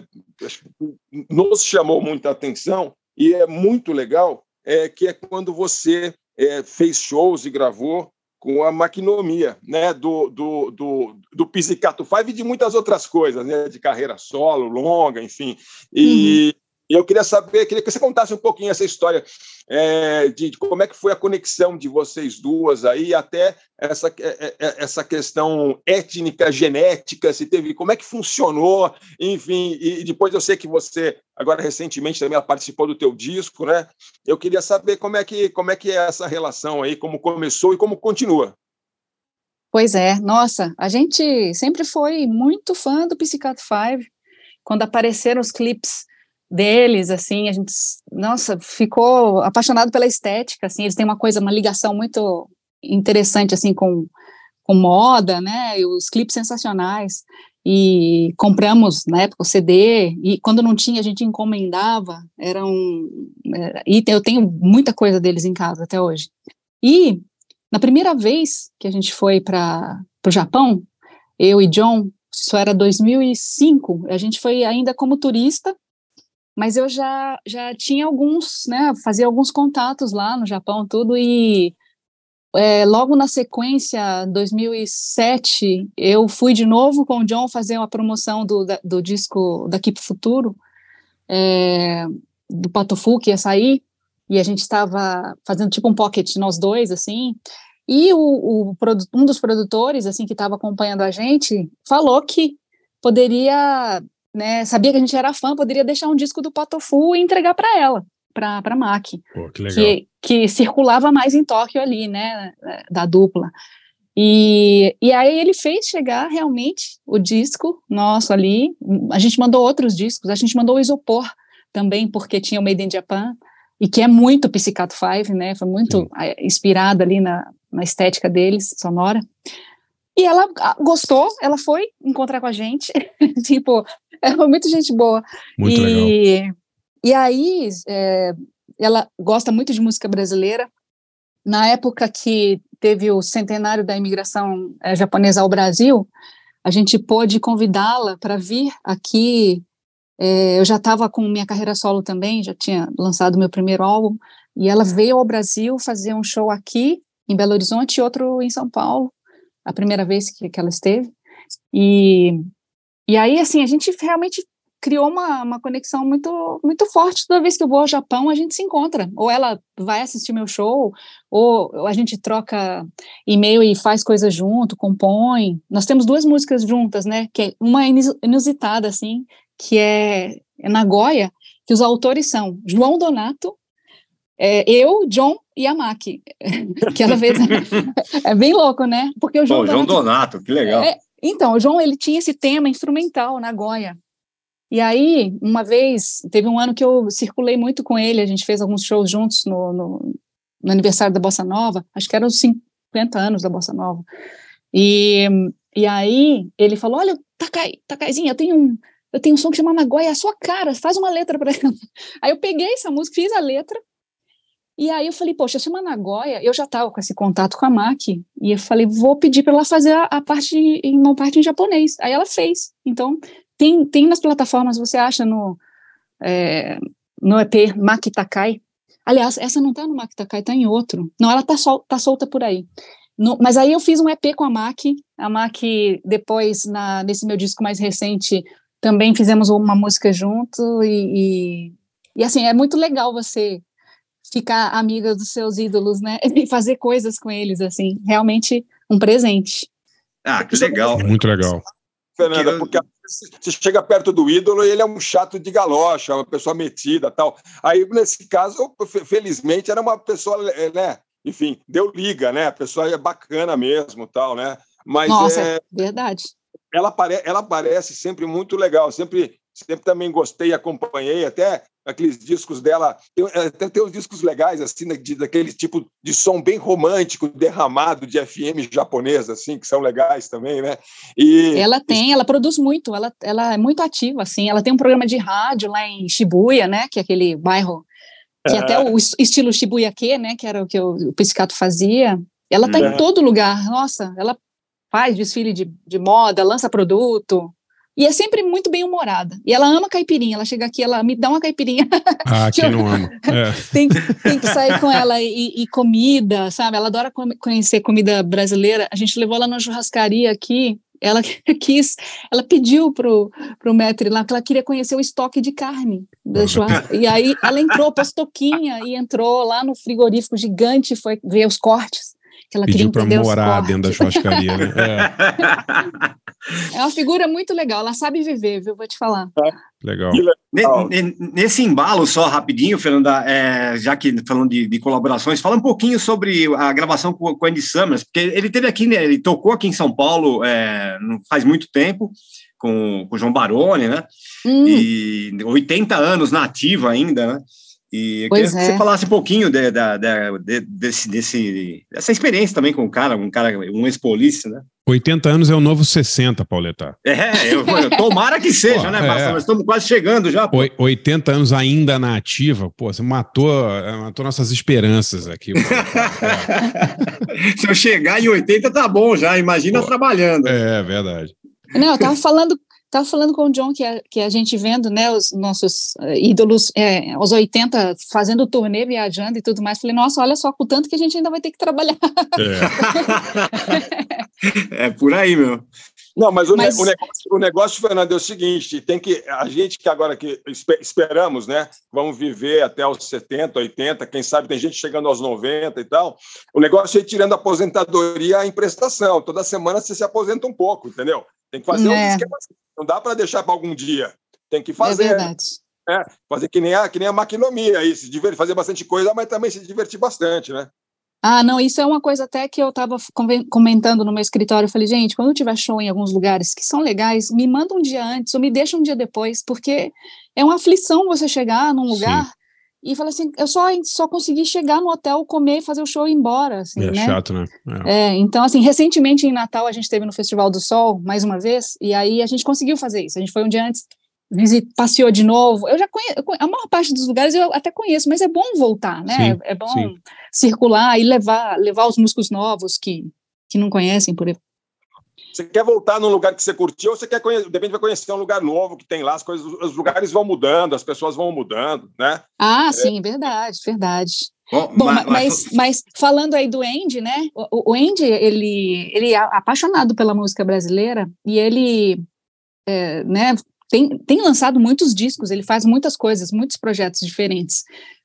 nos chamou muita atenção e é muito legal, que é quando você fez shows e gravou com a Maquinomia, né, do Pizzicato Five e de muitas outras coisas, né, de carreira solo, longa, enfim. E eu queria que você contasse um pouquinho essa história de como é que foi a conexão de vocês duas aí, até essa questão étnica, genética, como é que funcionou, enfim, e depois eu sei que você, agora recentemente, também participou do teu disco, né? Eu queria saber como é que é essa relação aí, como começou e como continua. Pois é, nossa, a gente sempre foi muito fã do Pizzicato Five, quando apareceram os clipes deles, assim, a gente, nossa, ficou apaixonado pela estética, assim, eles têm uma ligação muito interessante, assim, com com moda, né, e os clipes sensacionais, e compramos, na época, o CD, e quando não tinha, a gente encomendava, e eu tenho muita coisa deles em casa até hoje. E, na primeira vez que a gente foi para o Japão, eu e John, isso era 2005, a gente foi ainda como turista, mas eu já tinha alguns, né, fazia alguns contatos lá no Japão, tudo, e logo na sequência, 2007, eu fui de novo com o John fazer uma promoção do disco daqui pro futuro, do Patofu, que ia sair, e a gente estava fazendo tipo um pocket, nós dois, assim, e um dos produtores, assim, que estava acompanhando a gente, falou que poderia, né, sabia que a gente era fã, poderia deixar um disco do Patofu e entregar para ela, para Maki, que circulava mais em Tóquio ali, né, da dupla. E aí ele fez chegar realmente o disco nosso ali, a gente mandou outros discos, a gente mandou o Isopor também, porque tinha o Made in Japan, e que é muito Pizzicato 5, né, foi muito inspirado ali na estética deles, sonora. E ela gostou, ela foi encontrar com a gente, tipo, ela foi muito gente boa. Muito legal. E aí, ela gosta muito de música brasileira. Na época que teve o centenário da imigração japonesa ao Brasil, a gente pôde convidá-la para vir aqui. Eu já estava com minha carreira solo também, já tinha lançado meu primeiro álbum, e ela veio ao Brasil fazer um show aqui, em Belo Horizonte, e outro em São Paulo, a primeira vez que ela esteve. E aí, assim, a gente realmente criou uma conexão muito, muito forte. Toda vez que eu vou ao Japão, a gente se encontra. Ou ela vai assistir meu show, ou a gente troca e-mail e faz coisa junto, compõe. Nós temos 2 músicas juntas, né? Que é uma inusitada, assim, que é Nagoya, que os autores são João Donato, eu, John e a Maki. Que ela fez. É bem louco, né? Porque o João Donato, que legal. Então, o João, ele tinha esse tema instrumental, Nagoya. E aí, uma vez, teve um ano que eu circulei muito com ele, a gente fez alguns shows juntos no aniversário da Bossa Nova, acho que eram os 50 anos da Bossa Nova. E aí, ele falou, olha, Takaizinha, eu tenho um som que chama Nagoya, é a sua cara, faz uma letra para ela. Aí eu peguei essa música, fiz a letra, e aí eu falei, poxa, chama Nagoya, eu já estava com esse contato com a Maki, e eu falei, vou pedir para ela fazer uma parte em japonês. Aí ela fez, então... Tem nas plataformas, você acha no EP Maki Takai. Aliás, essa não tá no Maki Takai, tá em outro. Não, ela tá solta por aí. Mas aí eu fiz um EP com a Maki depois, nesse meu disco mais recente, também fizemos uma música junto, e assim, é muito legal você ficar amiga dos seus ídolos, né, e fazer coisas com eles, assim, realmente um presente. Ah, que legal. É muito legal. Fernanda, porque você chega perto do ídolo e ele é um chato de galocha, uma pessoa metida, tal. Aí, nesse caso, felizmente, era uma pessoa, né? Enfim, deu liga, né? A pessoa é bacana mesmo, tal, né? Mas nossa, verdade. Ela parece sempre muito legal, sempre também gostei, acompanhei, até aqueles discos dela, tem uns discos legais, assim, daquele tipo de som bem romântico, derramado de FM japonesa, assim, que são legais também, né? E ela produz muito, ela é muito ativa, assim, ela tem um programa de rádio lá em Shibuya, né, que é aquele bairro, que até o estilo Shibuya-ke, né, que era o que o Pizzicato fazia, ela tá em todo lugar, nossa, ela faz desfile de moda, lança produto, e é sempre muito bem humorada. E ela ama caipirinha. Ela chega aqui, ela me dá uma caipirinha. Ah, quem não ama? Tem que sair com ela e comida, sabe? Ela adora conhecer comida brasileira. A gente levou ela na churrascaria aqui. Ela pediu pro maître lá que ela queria conhecer o estoque de carne da churrascaria. E aí ela entrou, pôs toquinha e entrou lá no frigorífico gigante, foi ver os cortes. Que ela pediu queria entender pra morar dentro da churrascaria, né? É uma figura muito legal, ela sabe viver, viu? Vou te faar. Legal. Nesse embalo, só rapidinho, Fernanda, já que falando de colaborações, fala um pouquinho sobre a gravação com o Andy Summers, porque ele teve aqui, né? Ele tocou aqui em São Paulo não faz muito tempo, com o João Baroni, né? E 80 anos na ativa ainda, né? E eu Pois queria que você é. falasse um pouquinho dessa experiência também com um cara, um ex-polícia, né? 80 anos é o novo 60, Pauleta. Tomara que seja, Pô, né, Marcelo? Nós estamos quase chegando já. Pô. 80 anos ainda na ativa, pô, você matou nossas esperanças aqui. Se eu chegar em 80, tá bom já, imagina trabalhando. É verdade. Não, eu tava falando com o John que a gente vendo, né, os nossos ídolos aos 80 fazendo turnê, viajando e tudo mais. Falei, nossa, olha só, com o tanto que a gente ainda vai ter que trabalhar. É por aí, meu. Não, mas o negócio, Fernando, é o seguinte, a gente que agora que esperamos, né, vamos viver até os 70, 80, quem sabe tem gente chegando aos 90 e tal, o negócio é ir tirando a aposentadoria em prestação, toda semana você se aposenta um pouco, entendeu? Tem que fazer um esquema, não dá para deixar para algum dia, tem que fazer. É verdade. Fazer que nem a maquinomia aí, se divertir, fazer bastante coisa, mas também se divertir bastante, né? Ah, não, isso é uma coisa até que eu estava comentando no meu escritório. Eu falei, gente, quando eu tiver show em alguns lugares que são legais, me manda um dia antes ou me deixa um dia depois, porque é uma aflição você chegar num lugar e falar assim, eu só consegui chegar no hotel, comer, fazer o show e ir embora. Assim, né? Chato, né? Então, assim, recentemente em Natal a gente esteve no Festival do Sol, mais uma vez, e aí a gente conseguiu fazer isso. A gente foi um dia antes, passeou de novo. Eu já conheço, a maior parte dos lugares eu até conheço, mas é bom voltar, né? É bom circular e levar os músicos novos que não conhecem por aí. Você quer voltar num lugar que você curtiu ou você quer conhecer, de repente vai conhecer um lugar novo que tem lá, os lugares vão mudando, as pessoas vão mudando, né? Ah, sim, verdade. Bom, mas falando aí do Andy, né? O Andy, ele é apaixonado pela música brasileira e ele, né, tem lançado muitos discos, ele faz muitas coisas, muitos projetos diferentes,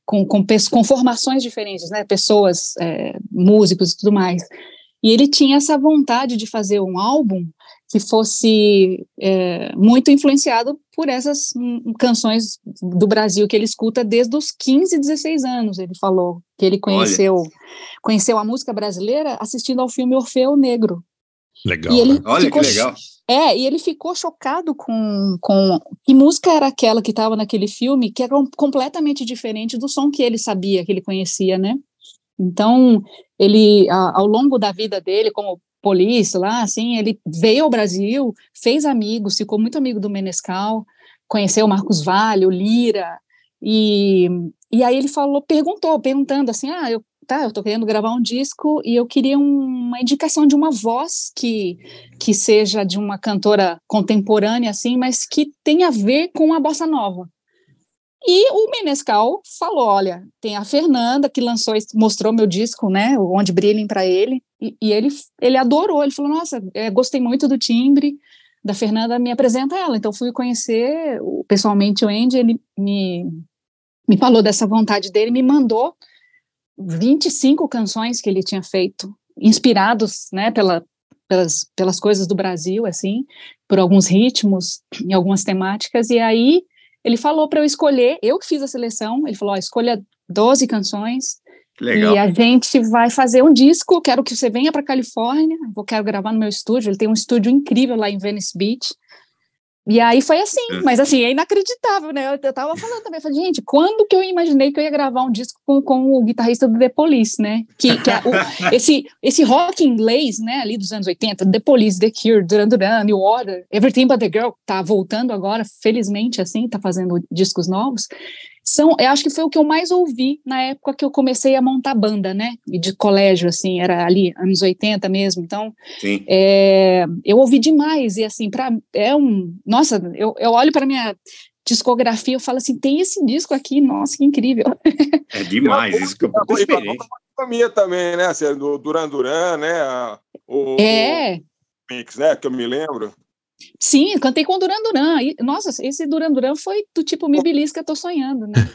com formações diferentes, né? Pessoas, músicos e tudo mais. E ele tinha essa vontade de fazer um álbum que fosse muito influenciado por essas canções do Brasil que ele escuta desde os 15, 16 anos. Ele falou que ele conheceu a música brasileira assistindo ao filme Orfeu Negro. Legal, Olha que legal. E ele ficou chocado com que música era aquela que estava naquele filme, que era completamente diferente do som que ele sabia, que ele conhecia, né? Então, ele, ao longo da vida dele, como polícia lá, assim, ele veio ao Brasil, fez amigos, ficou muito amigo do Menescal, conheceu o Marcos Valle, o Lira, e aí ele perguntando assim, eu tô querendo gravar um disco e eu queria uma indicação de uma voz que seja de uma cantora contemporânea, assim, mas que tenha a ver com a bossa nova. E o Menescal falou, olha, tem a Fernanda que mostrou meu disco, né, Onde Brilhem para ele, e ele adorou, ele falou, nossa, gostei muito do timbre da Fernanda, me apresenta ela. Então fui conhecer pessoalmente o Andy, ele me falou dessa vontade dele, me mandou 25 canções que ele tinha feito, inspirados, né, pelas coisas do Brasil, assim, por alguns ritmos e algumas temáticas, e aí ele falou para eu escolher, eu que fiz a seleção, ele falou, escolha 12 canções, legal. E a gente vai fazer um disco, quero que você venha para Califórnia, quero gravar no meu estúdio, ele tem um estúdio incrível lá em Venice Beach, e aí foi assim, mas assim, é inacreditável, né, eu tava falando também, falei, gente, quando que eu imaginei que eu ia gravar um disco com o guitarrista do The Police, né, que esse rock inglês, né, ali dos anos 80, The Police, The Cure, Duran Duran, New Order, Everything But The Girl, tá voltando agora, felizmente, assim, tá fazendo discos novos, eu acho que foi o que eu mais ouvi na época que eu comecei a montar banda, né, de colégio, assim, era ali, anos 80 mesmo, então, eu ouvi demais, e assim, nossa, eu olho para minha discografia, eu falo assim, tem esse disco aqui, nossa, que incrível. É demais, isso que eu tô experiente. A também, né, do Duran Duran, né, o mix, né, que eu me lembro. Sim, eu cantei com o Duran Duran. Nossa, esse Duran Duran foi do tipo Me Belisca, tô sonhando, né?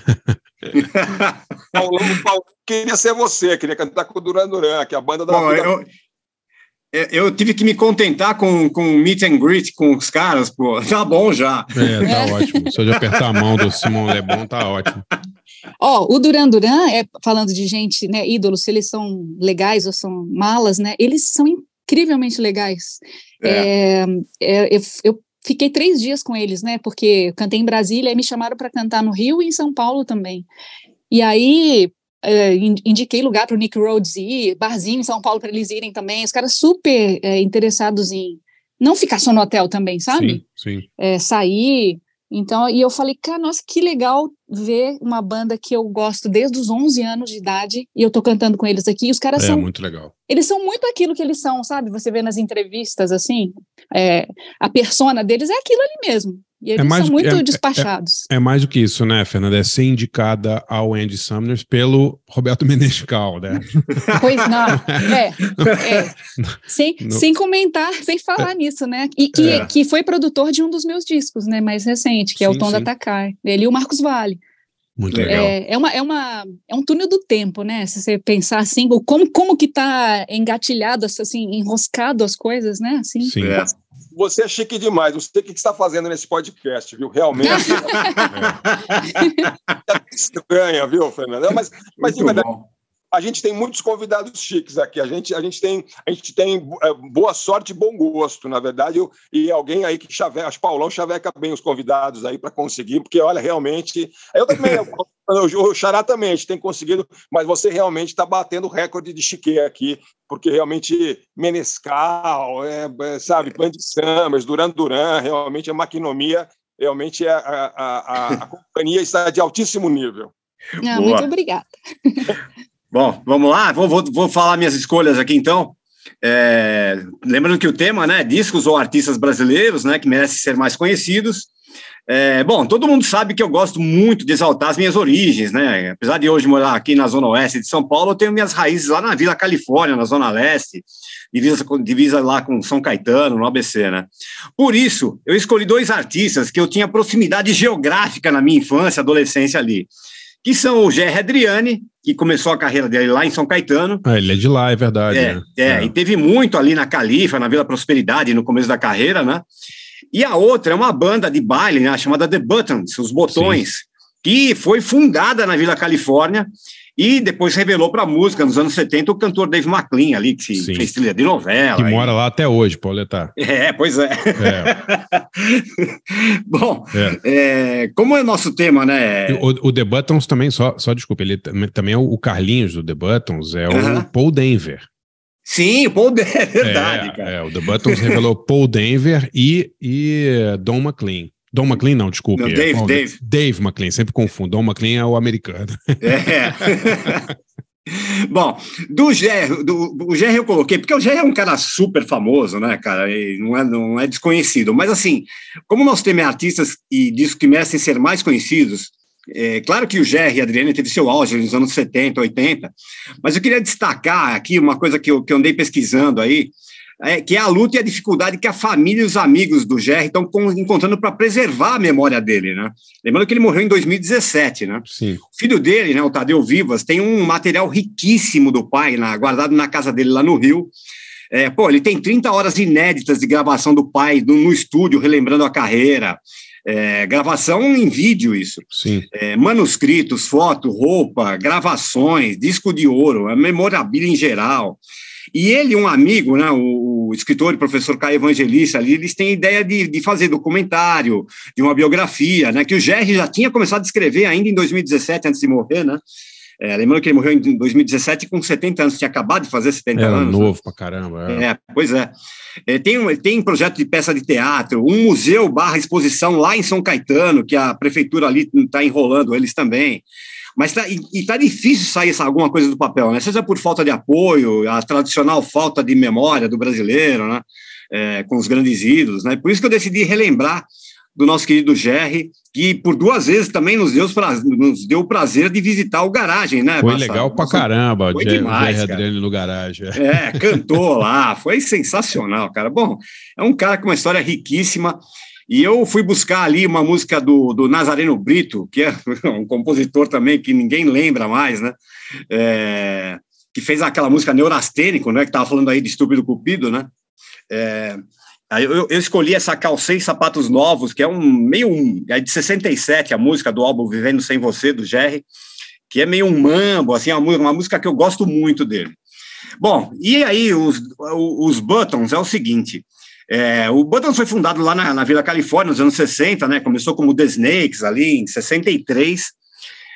O Paulo queria ser você, queria cantar com o Duran Duran, que é a banda da... Eu tive que me contentar com meet and greet com os caras, pô, tá bom já. Tá ótimo, só de apertar a mão do Simon Le Bon tá ótimo. O Duran Duran, falando de gente, né, ídolos, se eles são legais ou são malas, né, eles são incrivelmente legais. Eu fiquei 3 dias com eles, né, porque eu cantei em Brasília e me chamaram para cantar no Rio e em São Paulo também. E aí indiquei lugar para o Nick Rhodes ir, barzinho em São Paulo para eles irem também. Os caras super interessados em não ficar só no hotel também, sabe? Sim. Sair. Então, e eu falei, cara, nossa, que legal ver uma banda que eu gosto desde os 11 anos de idade e eu tô cantando com eles aqui. E os caras são muito legal. Eles são muito aquilo que eles são, sabe? Você vê nas entrevistas, assim, a persona deles é aquilo ali mesmo. E eles são muito despachados. É mais do que isso, né, Fernanda? É ser indicada ao Andy Summers pelo Roberto Menescal, né? Pois não, sem comentar, sem falar nisso, né? E que foi produtor de um dos meus discos, né, mais recente, que é o Tom da Takai. Ele e o Marcos Vale. Muito legal. É um túnel do tempo, né? Se você pensar assim, como que tá engatilhado, assim, enroscado as coisas, né? Assim. Sim. Você é chique demais. Não sei o que você está fazendo nesse podcast, viu? Realmente. É estranha, viu, Fernanda? Mas de verdade, a gente tem muitos convidados chiques aqui. A gente tem boa sorte e bom gosto, na verdade. E alguém aí que chaveca, acho que Paulão chaveca bem os convidados aí para conseguir, porque, olha, realmente. Eu também, o Xará também, a gente tem conseguido, mas você realmente está batendo o recorde de chique aqui, porque realmente Menescal, sabe, Band Summers, Duran Duran, realmente a maquinomia, realmente a companhia está de altíssimo nível. Muito obrigada. Bom, vamos lá, vou falar minhas escolhas aqui, então. Lembrando que o tema, né, discos ou artistas brasileiros, né, que merecem ser mais conhecidos. Bom, todo mundo sabe que eu gosto muito de exaltar as minhas origens, né? Apesar de hoje morar aqui na Zona Oeste de São Paulo, eu tenho minhas raízes lá na Vila Califórnia, na Zona Leste, divisa lá com São Caetano, no ABC, né? Por isso, eu escolhi 2 artistas que eu tinha proximidade geográfica na minha infância, adolescência ali, que são o Gerry Adriani, que começou a carreira dele lá em São Caetano. Ele é de lá, é verdade. E teve muito ali na Califa, na Vila Prosperidade, no começo da carreira, né? E a outra é uma banda de baile, né, chamada The Buttons, Os Botões, que foi fundada na Vila Califórnia e depois revelou para a música, nos anos 70, o cantor Dave McLean ali, que fez trilha de novela. Que mora lá até hoje, Pauleta. Pois é. Bom, como é o nosso tema, né? O The Buttons também, só desculpa, ele também é o Carlinhos do The Buttons, é o Paul Denver. Sim, o Paul Denver, é verdade, cara. O The Buttons revelou Paul Denver e Don McLean. Don McLean não, desculpe. Não, Dave McLean, sempre confundo. Don McLean é o americano. Bom, o Gerry eu coloquei, porque o Gerry é um cara super famoso, né, cara, e não é desconhecido, mas assim, como nós temos artistas e discos que merecem ser mais conhecidos, claro que o Gerry Adriani teve seu auge nos anos 70, 80, mas eu queria destacar aqui uma coisa que eu andei pesquisando aí, que é a luta e a dificuldade que a família e os amigos do Gerry estão encontrando para preservar a memória dele, né? Lembrando que ele morreu em 2017, né? Sim. O filho dele, né, o Tadeu Vivas, tem um material riquíssimo do pai, guardado na casa dele lá no Rio. Ele tem 30 horas inéditas de gravação do pai no estúdio, relembrando a carreira. Gravação em vídeo, isso. Sim. Manuscritos, foto, roupa, gravações, disco de ouro, memorabilia em geral. E ele, um amigo, né, o escritor e professor Caio Evangelista, ali, eles têm ideia de fazer documentário, de uma biografia, né, que o Gerry já tinha começado a escrever ainda em 2017, antes de morrer, né? Lembrando que ele morreu em 2017 com 70 anos, tinha acabado de fazer 70 anos. Era novo pra caramba. Pois é. Tem projeto de peça de teatro, um museu / exposição lá em São Caetano, que a prefeitura ali está enrolando eles também. Mas tá difícil sair alguma coisa do papel, né? Seja por falta de apoio, a tradicional falta de memória do brasileiro, né? Com os grandes ídolos, né? Por isso que eu decidi relembrar do nosso querido Gerry, que por 2 vezes também nos deu o prazer de visitar o Garagem, né? Foi legal pra caramba, foi demais, Gerry Adriani no Garagem. Cantou lá, foi sensacional, cara. Bom, é um cara com uma história riquíssima. E eu fui buscar ali uma música do Nazareno Brito, que é um compositor também que ninguém lembra mais, né? Que fez aquela música Neurastênico, né? Que estava falando aí de Estúpido Cupido, né? Eu escolhi essa Calcei Sapatos Novos, que é é de 67, a música do álbum Vivendo Sem Você, do Gerry, que é meio um mambo, assim, uma música que eu gosto muito dele. Bom, e aí os Buttons é o seguinte... o Buttons foi fundado lá na Vila Califórnia, nos anos 60, né? Começou como The Snakes ali em 63.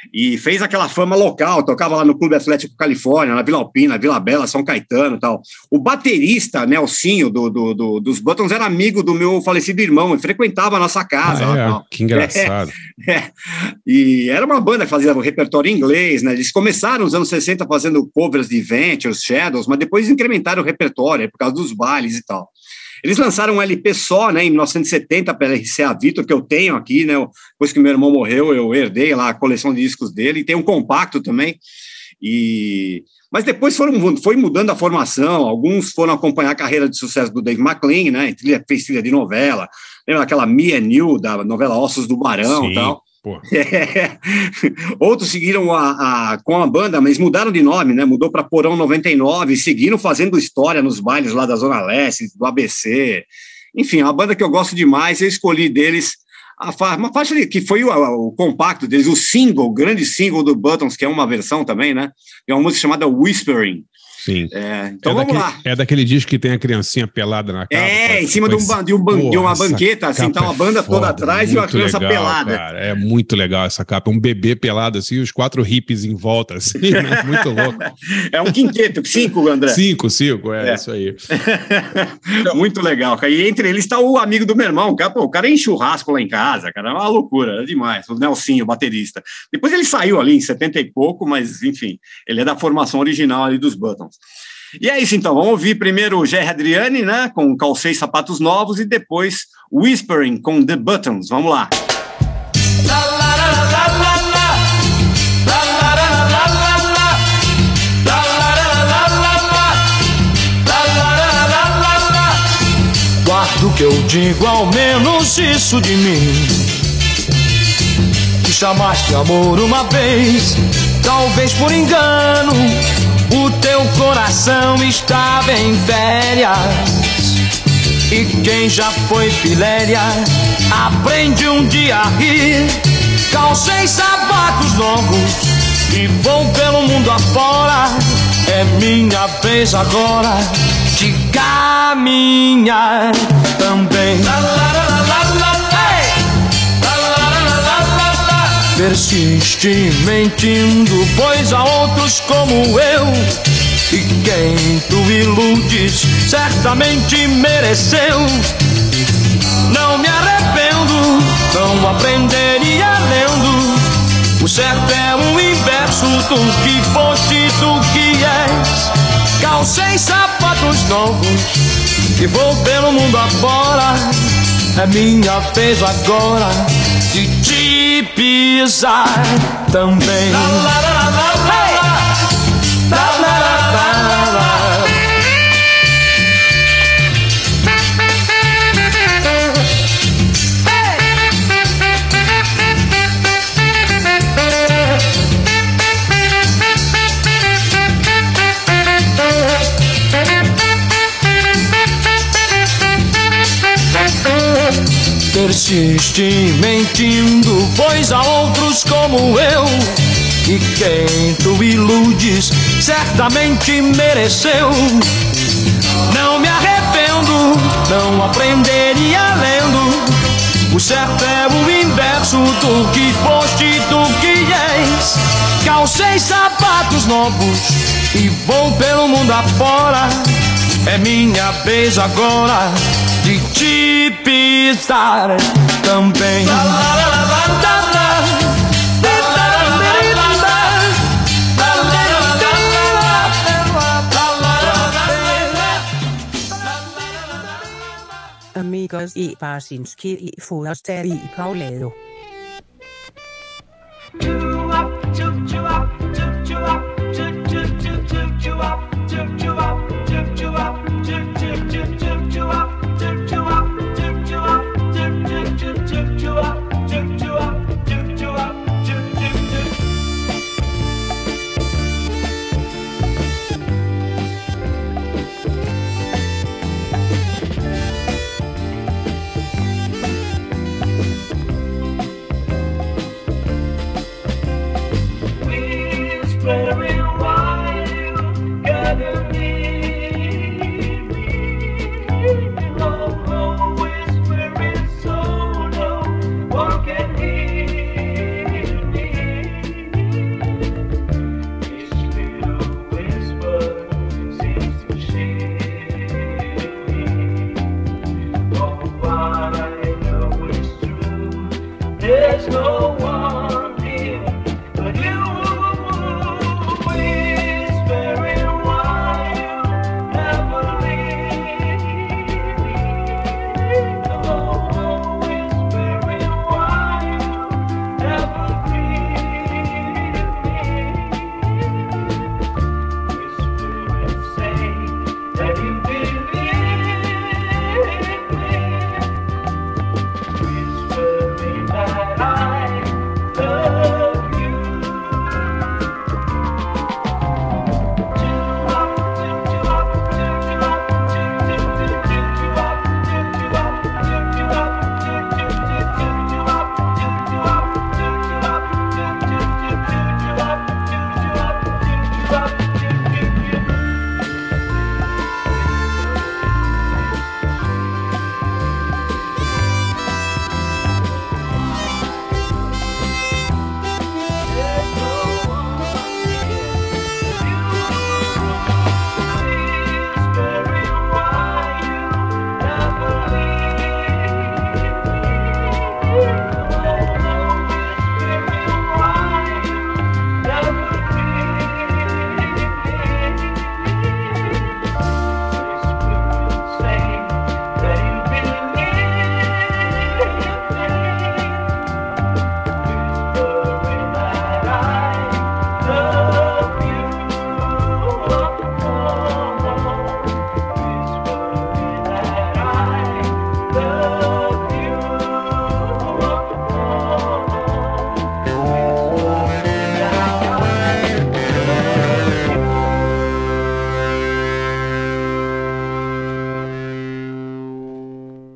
e fez aquela fama local, tocava lá no Clube Atlético Califórnia, na Vila Alpina, Vila Bela, São Caetano e tal. O baterista, Nelsinho, dos Buttons, era amigo do meu falecido irmão, e frequentava a nossa casa. Tal. Que engraçado. E era uma banda que fazia o repertório em inglês, né? Eles começaram nos anos 60 fazendo covers de Ventures, Shadows, mas depois incrementaram o repertório por causa dos bailes e tal. Eles lançaram um LP só, né, em 1970 pela RCA Victor, que eu tenho aqui, né, depois que meu irmão morreu, eu herdei lá a coleção de discos dele, e tem um compacto também, mas depois foi mudando a formação, alguns foram acompanhar a carreira de sucesso do Dave McLean, né, fez trilha de novela, lembra aquela Me and You, da novela Ossos do Barão e tal. Outros seguiram com a banda, mas mudaram de nome, né? Mudou para Porão 99 e seguiram fazendo história nos bailes lá da Zona Leste, do ABC. Enfim, é uma banda que eu gosto demais. Eu escolhi deles uma faixa que foi o compacto deles, o single, o grande single do Buttons, que é uma versão também, né? É uma música chamada Whispering. Sim. Então vamos lá. É daquele disco que tem a criancinha pelada na capa. Em cima de uma banqueta, assim, tá uma banda toda atrás e uma criança pelada. Cara, é muito legal essa capa. Um bebê pelado, assim, e os 4 hippies em volta, assim, né? Muito louco. É um quinteto, 5, André. 5, isso aí. Muito legal, cara. E entre eles tá o amigo do meu irmão, cara. Pô, o cara é em churrasco lá em casa, cara. É uma loucura, é demais. O Nelsinho, o baterista. Depois ele saiu ali em 70 e pouco, mas, enfim, ele é da formação original ali dos Buttons. E é isso, então. Vamos ouvir primeiro o Gerry Adriani, né, com Calcei Sapatos Novos, e depois Whispering com The Buttons. Vamos lá. Guardo o que eu digo, ao menos isso de mim. Me chamaste amor uma vez, talvez por engano. O teu coração estava em férias, e quem já foi filéria aprende um dia a rir. Calcei sapatos novos e vou pelo mundo afora. É minha vez agora de caminhar também. Persiste mentindo, pois há outros como eu, e quem tu iludes certamente mereceu. Não me arrependo, não aprenderia lendo. O certo é o inverso do que foste e do que és. Calcei sapatos novos e vou pelo mundo afora. É minha vez agora de te pisar também. Persiste mentindo, pois há outros como eu, e quem tu iludes certamente mereceu. Não me arrependo, não aprenderia lendo. O certo é o inverso do que foste e do que és. Calcei sapatos novos e vou pelo mundo afora. É minha vez agora de te pisar também. Amigos e Barsinski e Forrester e Pauleiro. Whispering while you gather me.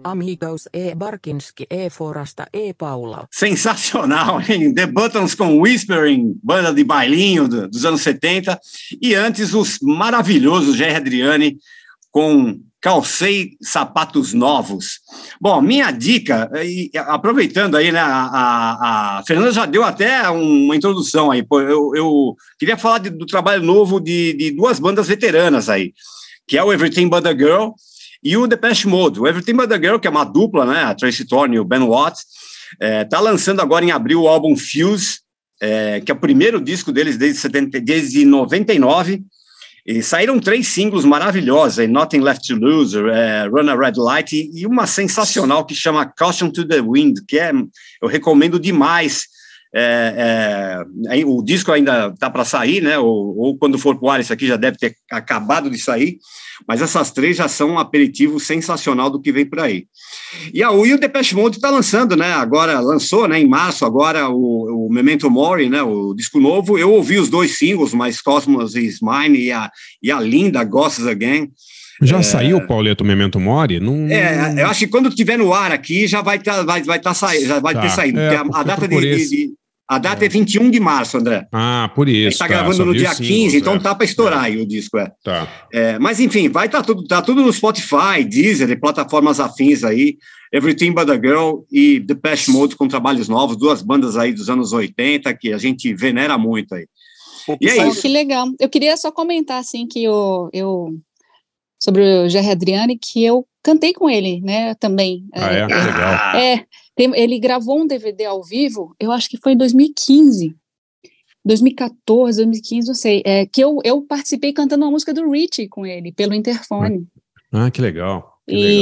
Amigos e Barkinski e Forasta e Paula. Sensacional, hein? The Buttons com Whispering, banda de bailinho dos anos 70. E antes, os maravilhosos Gerry Adriani com Calcei Sapatos Novos. Bom, minha dica, aproveitando aí, né, a Fernanda já deu até uma introdução aí, eu queria falar do trabalho novo de duas bandas veteranas aí, que é o Everything But a Girl e o Depeche Mode. O Everything But a Girl, que é uma dupla, né, a Tracy Thorn e o Ben Watts, tá lançando agora em abril o álbum Fuse, que é o primeiro disco deles desde 99, e saíram 3 singles maravilhosos, Nothing Left to Lose, Run a Red Light, e uma sensacional que chama Caution to the Wind, que eu recomendo demais. O disco ainda está para sair, né? Ou quando for para o ar, isso aqui já deve ter acabado de sair, mas essas 3 já são um aperitivo sensacional do que vem por aí. E o Depeche Mode está lançando, né? Agora lançou, né? Em março agora o Memento Mori, né? O disco novo. Eu ouvi os 2 singles, mas Cosmos Is Mine e a linda Ghosts Again. Já saiu, Pauleto, o Memento Mori? Não... eu acho que quando estiver no ar aqui já vai ter saído. A data é 21 de março, André. Ah, por isso. Está gravando no dia 15, então tá para estourar aí o disco. Tá. Mas enfim, vai tá tudo no Spotify, Deezer e plataformas afins aí. Everything But a Girl e Depeche Mode com trabalhos novos, 2 bandas aí dos anos 80 que a gente venera muito aí. E é isso. Que legal. Eu queria só comentar assim que sobre o Gerry Adriani, que eu cantei com ele, né, também. Legal. Ele gravou um DVD ao vivo, eu acho que foi em 2015, 2014, 2015, não sei, que eu participei cantando uma música do Richie com ele, pelo interfone. Ah, que legal.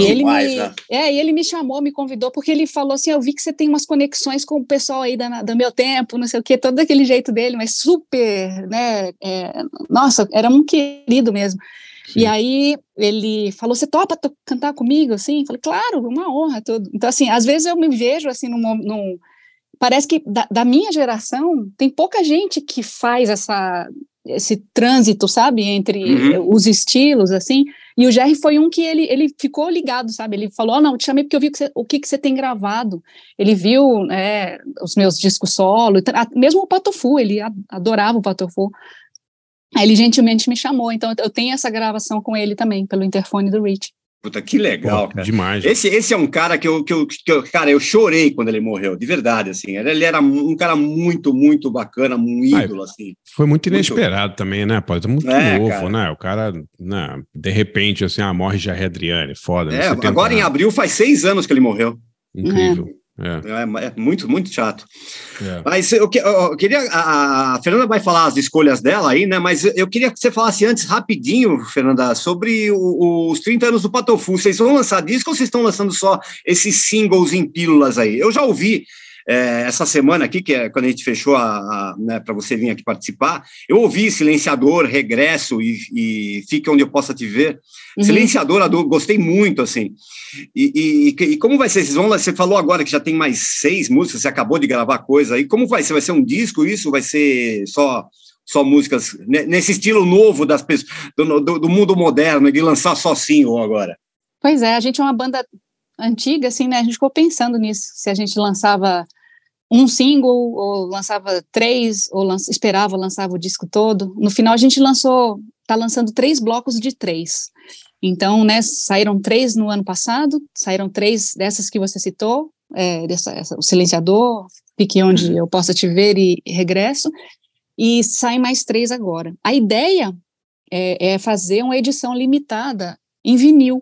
Ele me chamou, me convidou, porque ele falou assim, eu vi que você tem umas conexões com o pessoal aí do meu tempo, não sei o quê, todo aquele jeito dele, mas super, né, nossa, era um querido mesmo. Sim. E aí ele falou, você topa cantar comigo, assim? Falei, claro, uma honra, tudo. Então, assim, às vezes eu me vejo, assim, parece que da minha geração, tem pouca gente que faz esse trânsito, sabe, entre os estilos, assim, e o Gerry foi um que ele ficou ligado, sabe, ele falou, não, te chamei porque eu vi o que você tem gravado, ele viu os meus discos solo, mesmo o Patofu, ele adorava o Patofu. Aí ele gentilmente me chamou, então eu tenho essa gravação com ele também, pelo interfone do Rich. Puta, que legal, cara. Demais. Esse é um cara que eu chorei quando ele morreu, de verdade, assim. Ele era um cara muito, muito bacana, um ídolo, assim. Foi muito inesperado também, né, Paulo? Muito novo, cara. Né? O cara, né, de repente, assim, morre Gerry Adriani, foda. Agora em abril faz 6 anos que ele morreu. Incrível. É muito, muito chato. Mas eu queria. A Fernanda vai falar as escolhas dela aí, né? Mas eu queria que você falasse antes, rapidinho, Fernanda, sobre os 30 anos do Patofu. Vocês vão lançar disco ou vocês estão lançando só esses singles em pílulas aí? Eu já ouvi essa semana aqui, que é quando a gente fechou né, para você vir aqui participar, eu ouvi Silenciador, Regresso e Fique Onde Eu Possa Te Ver. Silenciador, gostei muito, assim. E como vai ser? Você falou agora que já tem mais 6 músicas, você acabou de gravar coisa aí. Como vai ser? Vai ser um disco isso? Vai ser só músicas nesse estilo novo das pessoas, do mundo moderno, de lançar só single agora? Pois é, a gente é uma banda antiga, assim, né? A gente ficou pensando nisso, se a gente lançava um single, ou lançava 3, ou lançava o disco todo. No final a gente tá lançando 3 blocos de 3. Então, né, saíram 3 no ano passado, saíram 3 dessas que você citou, o Silenciador, Fique Onde Eu Possa Te Ver e Regresso, e saem mais 3 agora. A ideia é fazer uma edição limitada em vinil,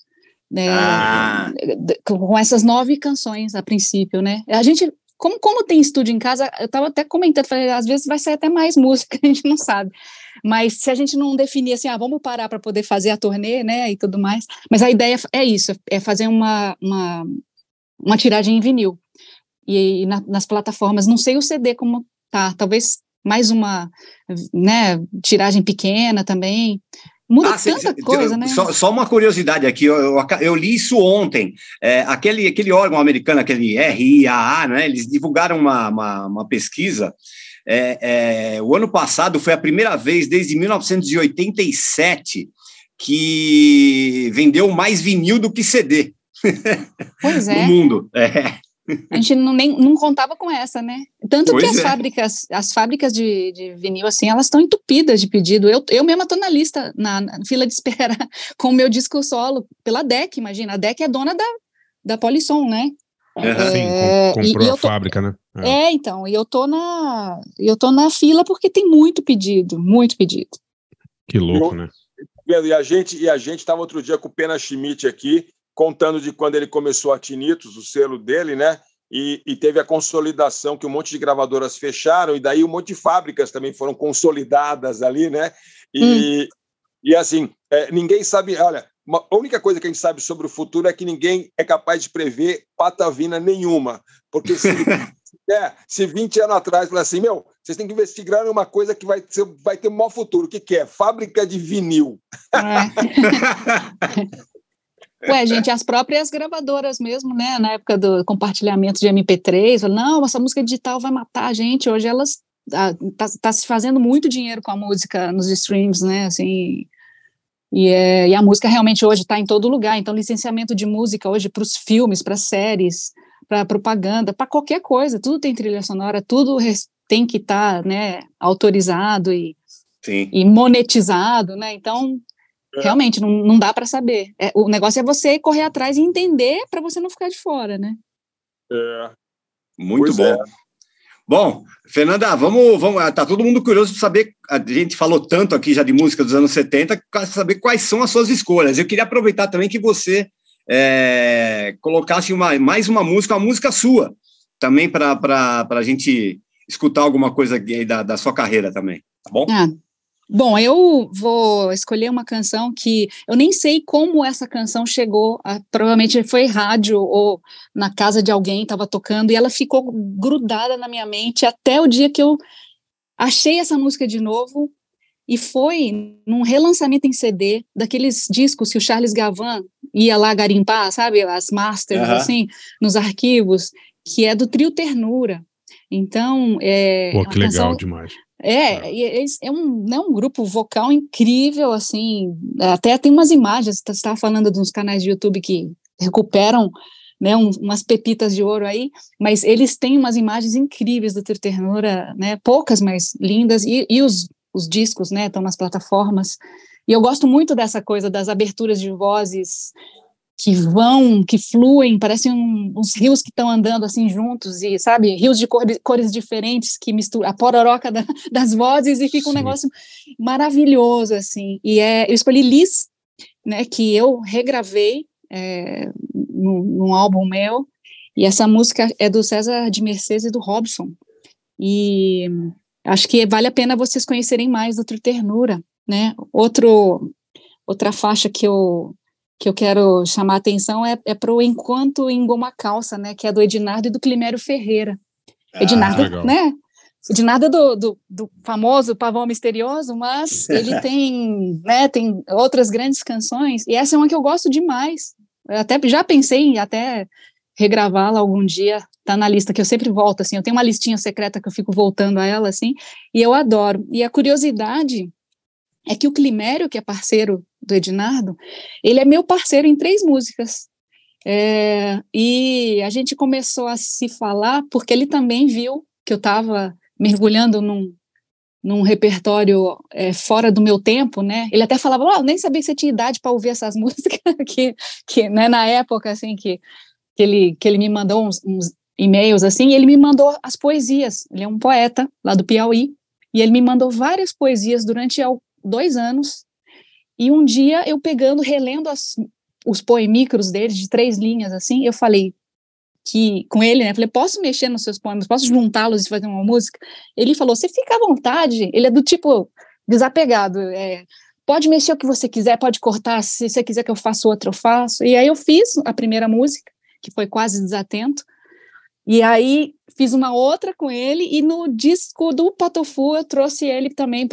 com essas 9 canções a princípio, né? A gente, como tem estúdio em casa, eu estava até comentando, falei, às vezes vai sair até mais música, a gente não sabe, mas se a gente não definir assim, vamos parar para poder fazer a turnê, né, e tudo mais, mas a ideia é isso, é fazer uma tiragem em vinil, e nas plataformas, não sei o CD como tá, talvez mais uma, né, tiragem pequena também. Muda tanta coisa, né? Só uma curiosidade aqui, eu li isso ontem, aquele órgão americano, aquele RIAA, né, eles divulgaram uma pesquisa, o ano passado foi a primeira vez desde 1987 que vendeu mais vinil do que CD. Pois no é. mundo. A gente não contava com essa, né? Tanto Pois que é. as fábricas de vinil, assim, elas estão entupidas de pedido. Eu mesma estou na lista, na fila de espera, com o meu disco solo, pela DEC, imagina. A DEC é dona da Polisson, né? Sim, comprou E a eu tô, fábrica, né? então, e eu tô na fila porque tem muito pedido, muito pedido. Que louco, né? E a gente estava outro dia com o Pena Schmidt aqui, contando de quando ele começou a Tinnitus, o selo dele, né? E teve a consolidação que um monte de gravadoras fecharam, e daí um monte de fábricas também foram consolidadas ali, né? E assim, ninguém sabe. Olha, a única coisa que a gente sabe sobre o futuro é que ninguém é capaz de prever patavina nenhuma. Porque se 20 anos atrás falar assim, vocês têm que investigar uma coisa que vai ter um maior futuro. O que é? Fábrica de vinil. Ué, gente, as próprias gravadoras mesmo, né, na época do compartilhamento de MP3, não, essa música digital vai matar a gente. Hoje elas tá se fazendo muito dinheiro com a música nos streams, né, assim, e a música realmente hoje está em todo lugar. Então, licenciamento de música hoje para os filmes, para séries, para propaganda, para qualquer coisa, tudo tem trilha sonora, tudo tem que estar, né, autorizado e monetizado, né, então realmente não dá para saber. O negócio é você correr atrás e entender para você não ficar de fora, né? Muito bom. Bom, Fernanda, vamos, tá todo mundo curioso para saber, a gente falou tanto aqui já de música dos anos 70, para saber quais são as suas escolhas. Eu queria aproveitar também que você colocasse mais uma música sua, também para a gente escutar alguma coisa aí da sua carreira também, tá bom? Bom, eu vou escolher uma canção que eu nem sei como essa canção chegou, provavelmente foi rádio ou na casa de alguém estava tocando, e ela ficou grudada na minha mente até o dia que eu achei essa música de novo, e foi num relançamento em CD, daqueles discos que o Charles Gavan ia lá garimpar, sabe, as masters, assim, nos arquivos, que é do Trio Ternura. Então, Pô, que legal demais. É um grupo vocal incrível, assim, até tem umas imagens, você estava falando de uns canais de YouTube que recuperam, né, umas pepitas de ouro aí, mas eles têm umas imagens incríveis do Trio Ternura, né, poucas, mas lindas, e os discos, né, estão nas plataformas, e eu gosto muito dessa coisa das aberturas de vozes que fluem, parecem uns rios que estão andando assim juntos, e sabe, rios de cores diferentes que misturam a pororoca das vozes e fica um negócio maravilhoso, assim. E eu escolhi Liz, né, que eu regravei num álbum meu, e essa música é do César de Mercedes e do Robson, e acho que vale a pena vocês conhecerem mais do Trio Ternura, né. Outra faixa que eu quero chamar a atenção é para o Enquanto Engoma a Calça, né, que é do Ednardo e do Climério Ferreira. Ednardo, legal. né, Ednardo do famoso Pavão Misterioso, mas ele tem outras grandes canções, e essa é uma que eu gosto demais. Eu até já pensei em até regravá-la algum dia, tá na lista que eu sempre volto, assim, eu tenho uma listinha secreta que eu fico voltando a ela, assim, e eu adoro. E a curiosidade é que o Climério, que é parceiro do Ednardo, ele é meu parceiro em 3 músicas, e a gente começou a se falar porque ele também viu que eu estava mergulhando num repertório fora do meu tempo, né, ele até falava, eu nem sabia que você tinha idade para ouvir essas músicas, que né, na época, assim, que ele me mandou uns e-mails, assim, e ele me mandou as poesias, ele é um poeta lá do Piauí, e ele me mandou várias poesias durante 2 anos, e um dia eu relendo os poemícros dele, de 3 linhas, assim, eu falei com ele, né, falei, posso mexer nos seus poemas, posso juntá-los e fazer uma música? Ele falou, você fica à vontade, ele é do tipo desapegado, pode mexer o que você quiser, pode cortar, se você quiser que eu faça outra, eu faço, e aí eu fiz a primeira música, que foi Quase Desatento, e aí fiz uma outra com ele, e no disco do Patofu eu trouxe ele também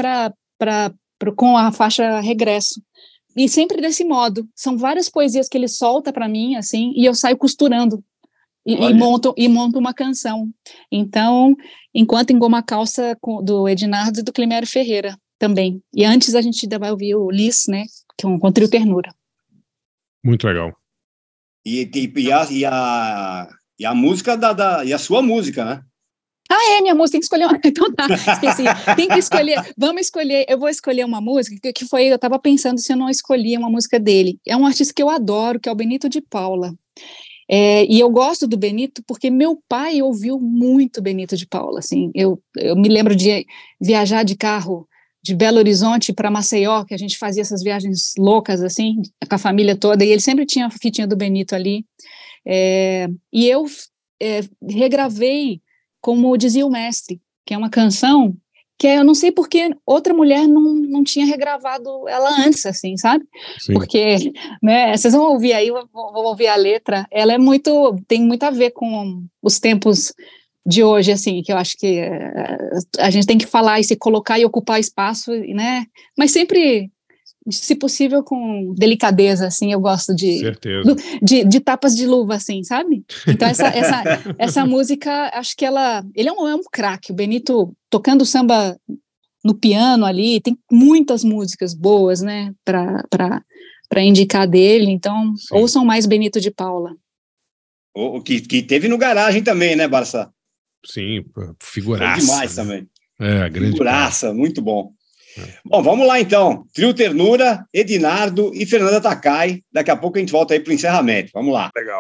com a faixa Regresso, e sempre desse modo, são várias poesias que ele solta para mim, assim, e eu saio costurando, e monto uma canção. Então, Enquanto Engoma a Calça, do Ednardo e do Climério Ferreira, também, e antes a gente ainda vai ouvir o Liz, né, com o Trio Ternura. Muito legal. E a música e a sua música, né? Ah, minha música, tem que escolher uma. Então tá, esqueci. Tem que escolher, vamos escolher. Eu vou escolher uma música que foi, eu estava pensando se eu não escolhia uma música dele. É um artista que eu adoro, que é o Benito de Paula. E eu gosto do Benito porque meu pai ouviu muito Benito de Paula, assim. Eu me lembro de viajar de carro de Belo Horizonte para Maceió, que a gente fazia essas viagens loucas, assim, com a família toda, e ele sempre tinha a fitinha do Benito ali. E eu regravei Como Dizia o Mestre, que é uma canção que eu não sei porque outra mulher não tinha regravado ela antes, assim, sabe? Sim. Porque, né, vocês vão ouvir aí, vão ouvir a letra, ela tem muito a ver com os tempos de hoje, assim, que eu acho que a gente tem que falar e se colocar e ocupar espaço, né? Mas sempre, se possível, com delicadeza, assim, eu gosto de tapas de luva, assim, sabe? Então, essa música, acho que ele é um craque, o Benito tocando samba no piano ali, tem muitas músicas boas, né, para indicar dele, então, sim, ouçam mais Benito de Paula. O que teve no Garagem também, né, Barça? Sim, figuraça. Foi demais, né? Também. Grande figuraça, cara. Muito bom. Bom, vamos lá então. Trio Ternura, Edinardo e Fernanda Takai. Daqui a pouco a gente volta aí para o encerramento. Vamos lá. Legal.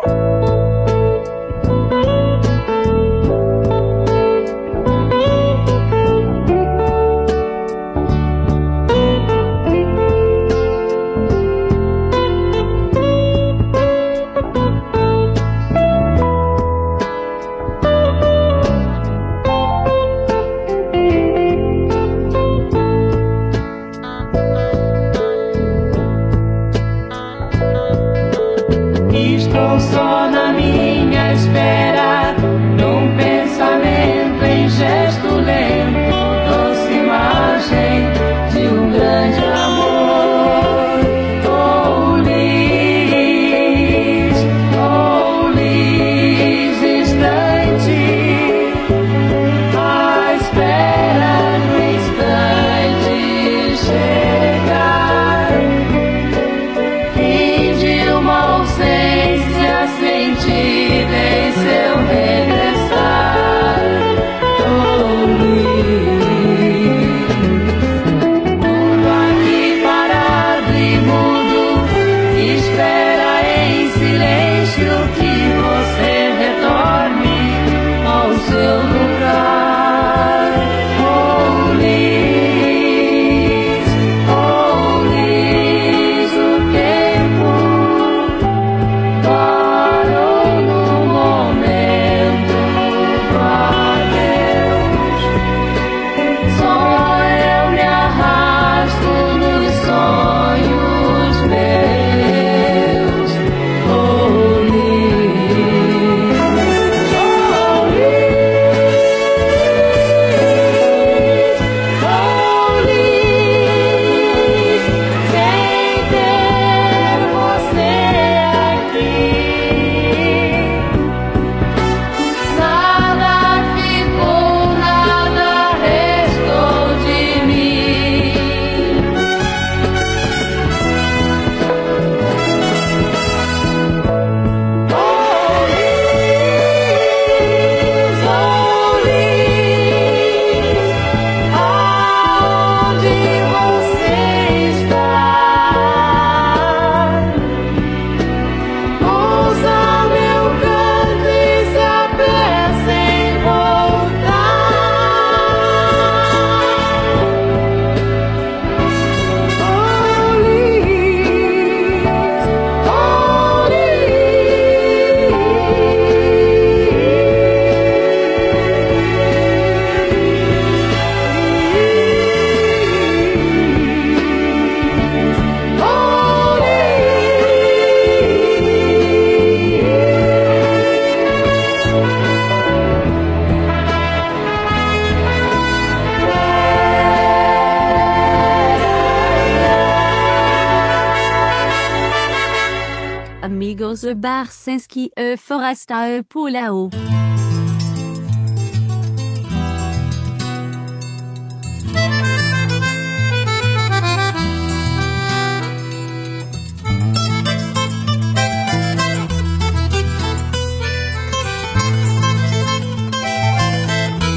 Estou só na minha espera, num pensamento em gesto lento, doce imagem de um grande amor. Oh, Lis, instante, à espera do instante chegar, fim de uma ausência sentida em seu regressar. Oh, Luiz, tudo aqui parado e mudo, espera em silêncio que você retorne ao seu lugar. Oh, Luiz, o tempo parou no momento do adeus. Só eu me arrasto nos sonhos meus. Oh, Lis, sem ter você aqui, nada ficou, nada restou de mim. Oh, Lis, aonde você está? Ouça meu canto e se apresse em voltar. Oh, Amigos Barsinski Foresta Paulao.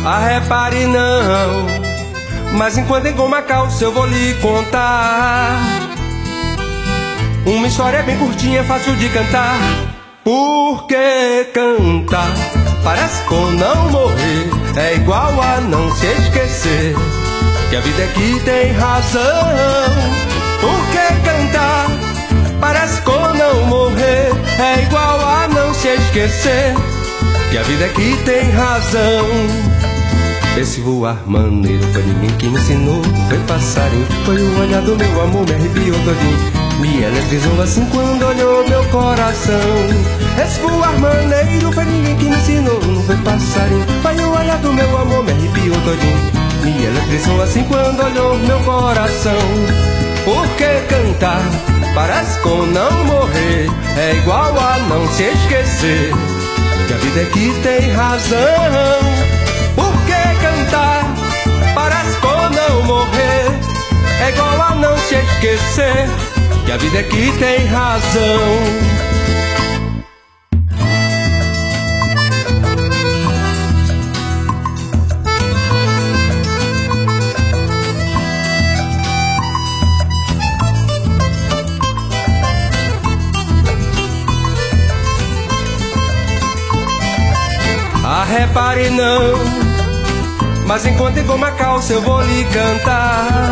repare não, mas enquanto engoma a calça eu vou lhe contar uma história bem curtinha, fácil de cantar. Porque cantar parece com não morrer, é igual a não se esquecer que a vida é que tem razão. Porque cantar parece com não morrer, é igual a não se esquecer que a vida é que tem razão. Esse voar maneiro foi ninguém que me ensinou, foi passarinho, foi o olhar do meu amor, me arrepiou todinho, me eletrizou assim quando olhou meu coração. Esse voar maneiro foi ninguém que me ensinou, não foi passarinho, foi o olhar do meu amor, me arrepiou todinho, me eletrizou assim quando olhou meu coração. Porque cantar parece com não morrer, é igual a não se esquecer que a vida é que tem razão. Porque cantar parece com não morrer, é igual a não se esquecer que a vida é que tem razão. Repare não, mas enquanto engoma a calça eu vou lhe cantar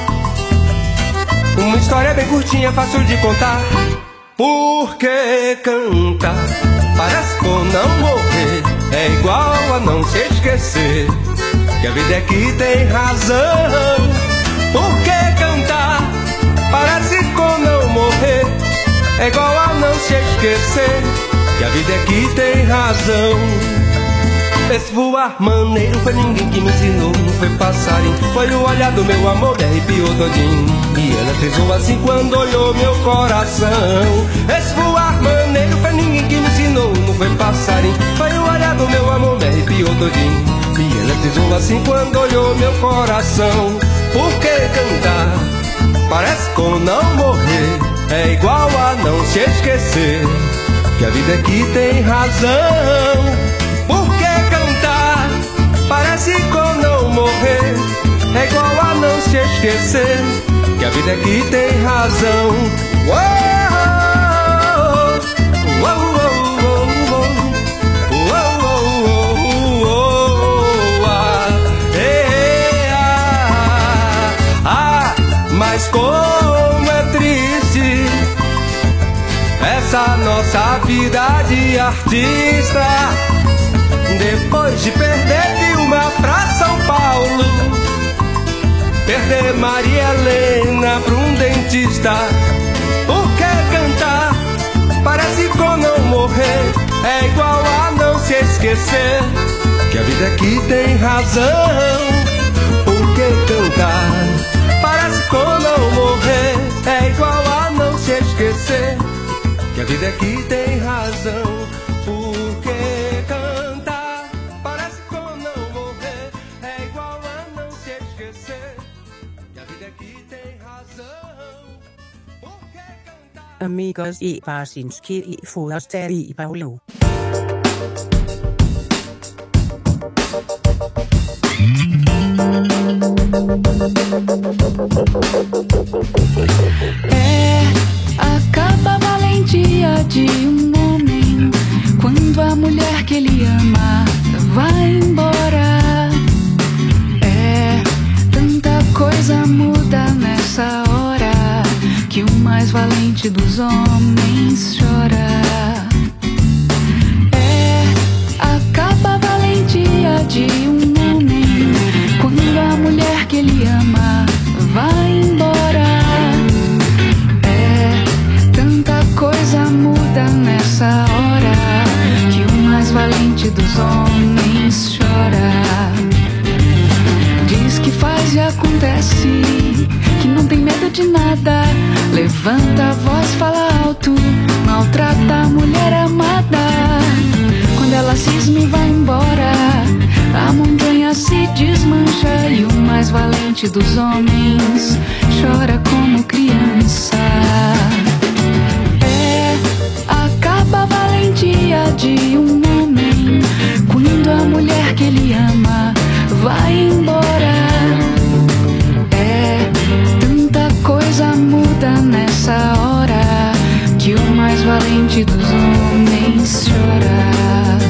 uma história bem curtinha, fácil de contar. Porque cantar parece com não morrer, é igual a não se esquecer que a vida é que tem razão. Porque cantar parece com não morrer, é igual a não se esquecer que a vida é que tem razão. Esse voar maneiro foi ninguém que me ensinou, não foi passarinho, foi o olhar do meu amor, me arrepiou todinho, e ela frisou assim quando olhou meu coração. Esse voar maneiro foi ninguém que me ensinou, não foi passarinho, foi o olhar do meu amor, me arrepiou todinho, e ela frisou assim quando olhou meu coração. Porque cantar parece com não morrer, é igual a não se esquecer que a vida é que tem razão. Parece com não morrer, é igual a não se esquecer que a vida é que tem razão. Mas como é triste essa nossa vida de artista, depois de perder Vilma pra São Paulo, perder Maria Helena pra um dentista. Porque cantar parece com não morrer, é igual a não se esquecer que a vida aqui tem razão. Porque cantar parece com não morrer, é igual a não se esquecer que a vida aqui tem razão. Porque cantar parece com não morrer, é igual a não se esquecer que a vida aqui tem razão. Porque cantar... Amigos e Barsinski e Foraster e Paulo. Acaba a valentia de um homem quando a mulher que ele ama vai embora. Tanta coisa muda nessa hora que o mais valente dos homens chora. Acaba a valentia de um homem quando a mulher que ele ama vai embora. Tanta coisa muda nessa hora que o mais valente dos homens chora. Diz que faz e acontece, que não tem medo de nada. Levanta a voz, fala alto, maltrata a mulher amada. Quando ela cisma e vai embora, a montanha se desmancha e o mais valente dos homens chora como criança. Acaba a valentia de um homem quando a mulher que ele ama mais valente dos homens chora.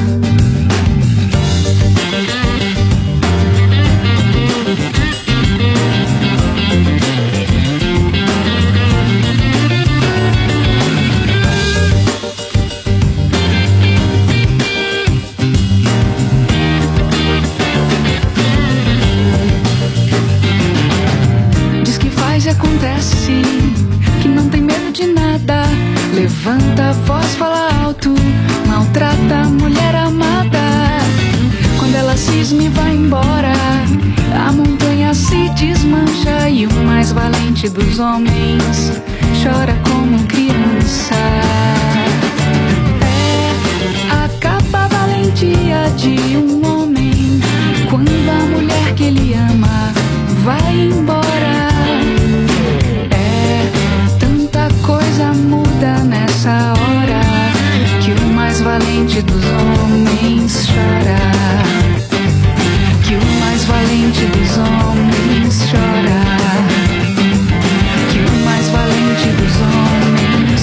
Diz que faz e acontece, que não tem medo de nada. Levanta a voz, fala alto, maltrata a mulher amada. Quando ela cisma e vai embora, a montanha se desmancha e o mais valente dos homens chora como criança. Acaba a valentia de um homem quando a mulher que ele ama vai embora. Tanta coisa muda nessa hora que o mais valente dos homens chora. Que o mais valente dos homens chora. Que o mais valente dos homens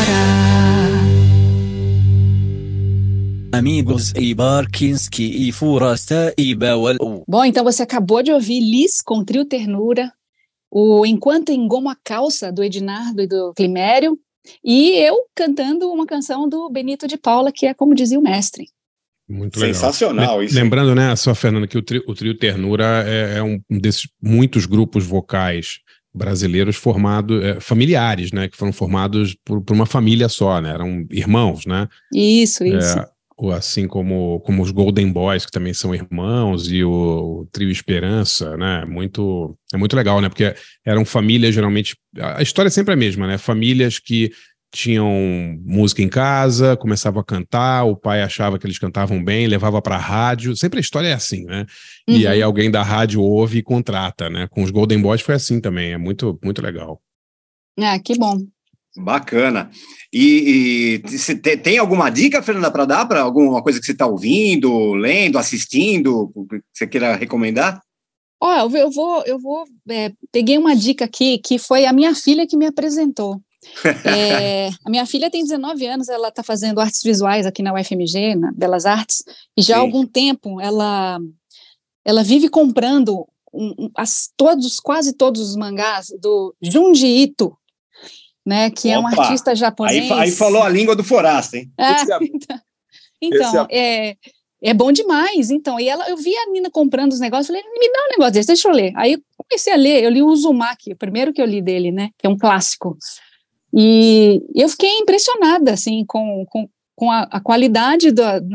chora. Amigos e Barkinski e Forasta e Bawal. Bom, então você acabou de ouvir Liz com Trio Ternura, o Enquanto Engomo a Calça, do Ednardo e do Climério, e eu cantando uma canção do Benito de Paula, que é Como Dizia o Mestre. Muito legal. Sensacional isso. Lembrando, né, só, Fernanda, que o trio Ternura é um desses muitos grupos vocais brasileiros formados, familiares, né, que foram formados por uma família só, né, eram irmãos, né? Isso. Assim como os Golden Boys, que também são irmãos, e o Trio Esperança, né? É muito legal, né? Porque eram famílias, geralmente. A história é sempre a mesma, né? Famílias que tinham música em casa, começavam a cantar, o pai achava que eles cantavam bem, levava para a rádio. Sempre a história é assim, né? Uhum. E aí alguém da rádio ouve e contrata, né? Com os Golden Boys foi assim também. É muito, muito legal. Que bom. Bacana. E tem alguma dica, Fernanda, para dar para alguma coisa que você está ouvindo, lendo, assistindo, que você queira recomendar? Eu vou peguei uma dica aqui, que foi a minha filha que me apresentou. A minha filha tem 19 anos, ela está fazendo artes visuais aqui na UFMG, na Belas Artes, e já há algum tempo ela vive comprando quase todos os mangás do Junji Ito, né, que é um artista japonês. Aí falou a língua do Forasta, hein? Então, é bom demais. Então, e eu vi a Nina comprando os negócios, falei, me dá um negócio desse, deixa eu ler. Aí eu comecei a ler, eu li o Uzumaki, o primeiro que eu li dele, né, que é um clássico. E eu fiquei impressionada, assim, com a qualidade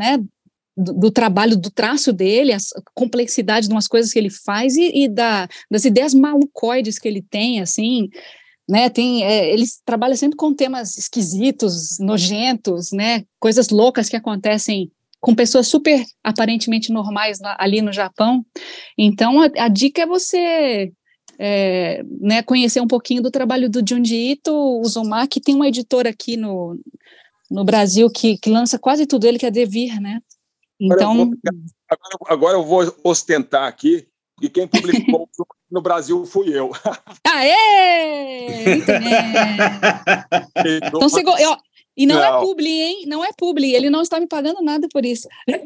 do trabalho, do traço dele, a complexidade de umas coisas que ele faz e das ideias malucoides que ele tem, assim, né, ele trabalha sempre com temas esquisitos, nojentos, né, coisas loucas que acontecem com pessoas super aparentemente normais ali no Japão. Então a dica é você né, conhecer um pouquinho do trabalho do Junji Ito. O Uzumaki tem uma editora aqui no Brasil que lança quase tudo ele, que é Devir, né? Então agora eu vou ostentar aqui, e quem publicou no Brasil fui eu. Aê! Então você... E não é publi, hein? Não é publi. Ele não está me pagando nada por isso.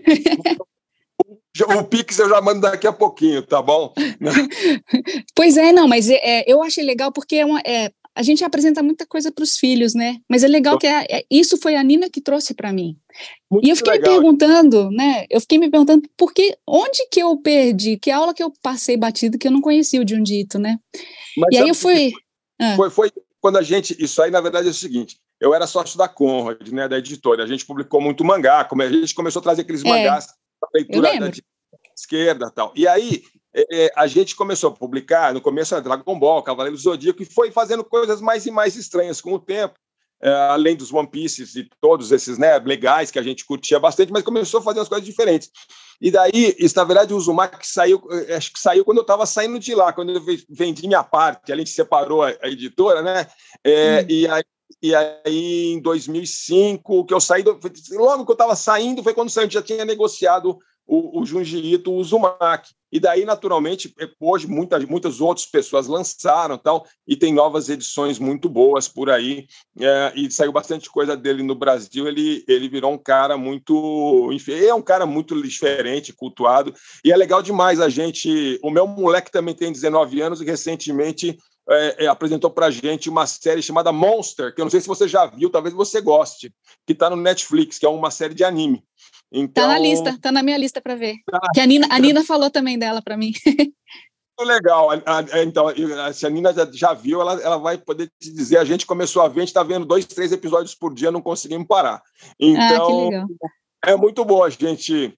O Pix eu já mando daqui a pouquinho, tá bom? Pois mas eu achei legal porque a gente apresenta muita coisa para os filhos, né? Mas é legal que isso foi a Nina que trouxe para mim. Muito e eu fiquei legal. Me perguntando onde que eu perdi, que aula que eu passei batido que eu não conhecia o Junji Ito, né? Mas e aí eu fui... Foi quando isso aí na verdade é o seguinte, eu era sócio da Conrad, né, da editora, a gente publicou muito mangá, a gente começou a trazer aqueles mangás para leitura da esquerda e tal, e aí a gente começou a publicar, no começo era Dragon Ball, Cavaleiro do Zodíaco, e foi fazendo coisas mais e mais estranhas com o tempo, além dos One Pieces e todos esses, né, legais que a gente curtia bastante, mas começou a fazer umas coisas diferentes. E daí, isso, na verdade, o Uzumaki acho que saiu quando eu estava saindo de lá, quando eu vendi minha parte, a gente separou a editora, né? E aí, em 2005, que eu saí, logo que eu estava saindo, foi quando a gente já tinha negociado o Junji Ito, o Uzumaki. E daí, naturalmente, hoje muitas outras pessoas lançaram tal, e tem novas edições muito boas por aí, e saiu bastante coisa dele no Brasil. Ele virou um cara muito... Enfim, é um cara muito diferente, cultuado, e é legal demais o meu moleque também tem 19 anos e recentemente apresentou pra gente uma série chamada Monster, que eu não sei se você já viu, talvez você goste, que tá no Netflix, que é uma série de anime. Então, tá na minha lista para ver. Que a Nina falou também dela para mim. Muito legal. Então, se a Nina já viu, ela vai poder te dizer. A gente começou a ver, a gente está vendo 2, 3 episódios por dia, não conseguimos parar. Então, que legal. É muito bom a gente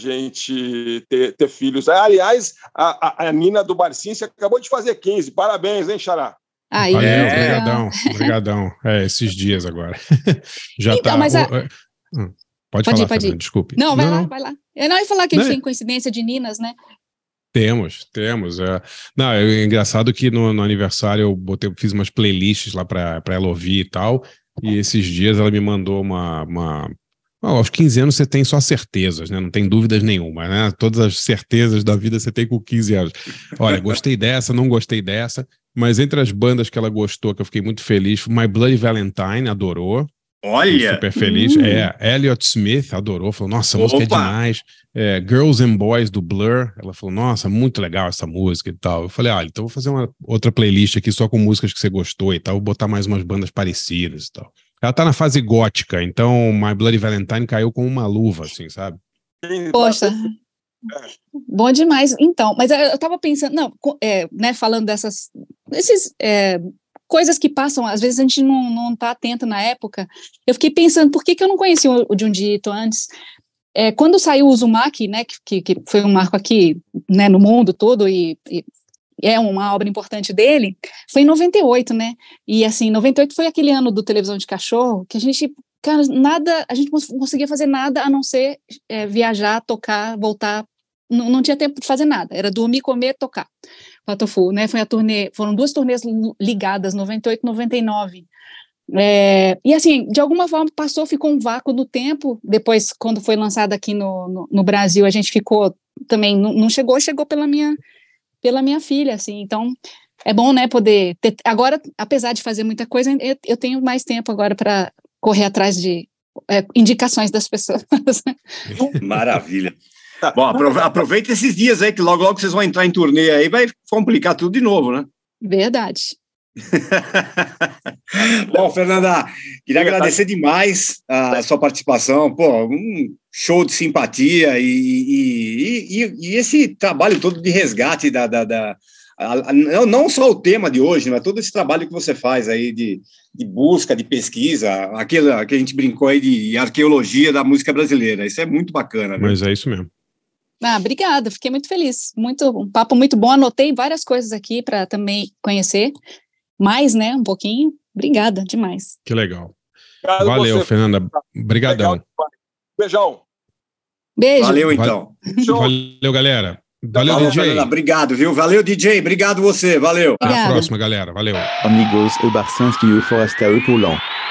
ter filhos. Aliás, a Nina do Barcinski acabou de fazer 15. Parabéns, hein, Xará? Aí, obrigadão. Esses dias agora. Já então, tá... Mas Pode falar, Fernanda, desculpe. Não, vai lá. Eu não ia falar que a gente tem coincidência de Ninas, né? Temos. Não, é engraçado que no aniversário eu fiz umas playlists lá pra ela ouvir e tal, e esses dias ela me mandou aos 15 anos você tem só certezas, né? Não tem dúvidas nenhuma, né? Todas as certezas da vida você tem com 15 anos. Olha, gostei dessa, não gostei dessa, mas entre as bandas que ela gostou, que eu fiquei muito feliz, My Bloody Valentine, adorou. Olha! Super feliz. Elliott Smith adorou, falou, nossa, a música é demais. Girls and Boys do Blur, ela falou, nossa, muito legal essa música e tal. Eu falei, então vou fazer uma outra playlist aqui só com músicas que você gostou e tal, vou botar mais umas bandas parecidas e tal. Ela tá na fase gótica, então My Bloody Valentine caiu com uma luva, assim, sabe? Poxa, bom demais. Então, mas eu tava pensando, né, falando desses coisas que passam, às vezes a gente não tá atento na época. Eu fiquei pensando, por que eu não conheci o Junji Ito antes? Quando saiu o Uzumaki, né, que foi um marco aqui, né, no mundo todo, e é uma obra importante dele, foi em 98, né? E assim, 98 foi aquele ano do Televisão de Cachorro, que a gente não conseguia fazer nada a não ser viajar, tocar, voltar. Não tinha tempo de fazer nada, era dormir, comer, tocar. Patofu, né? Foram 2 turnês ligadas, 98 e 99. E assim, de alguma forma ficou um vácuo no tempo. Depois, quando foi lançado aqui no Brasil, a gente ficou também, não chegou pela minha filha, assim. Então, é bom, né, poder ter. Agora, apesar de fazer muita coisa, eu tenho mais tempo agora para correr atrás de indicações das pessoas. Maravilha. Bom, aproveita esses dias aí, que logo vocês vão entrar em turnê aí, vai complicar tudo de novo, né? Verdade. Bom, Fernanda, queria agradecer demais a sua participação, um show de simpatia e esse trabalho todo de resgate não só o tema de hoje, mas todo esse trabalho que você faz aí de busca, de pesquisa, aquilo que a gente brincou aí de arqueologia da música brasileira, isso é muito bacana. Mas é isso mesmo. Obrigada, fiquei muito feliz, um papo muito bom, anotei várias coisas aqui para também conhecer mais, né, um pouquinho. Obrigada demais. Que legal. Obrigado. Valeu, Fernanda. Obrigadão. Beijão. Beijo. Valeu, então. Valeu, galera. Valeu, DJ. Fernanda, obrigado, viu? Valeu, DJ. Obrigado você. Valeu. Até a próxima, galera. Valeu. Amigos, o Barcinski e o Forastal Poulon.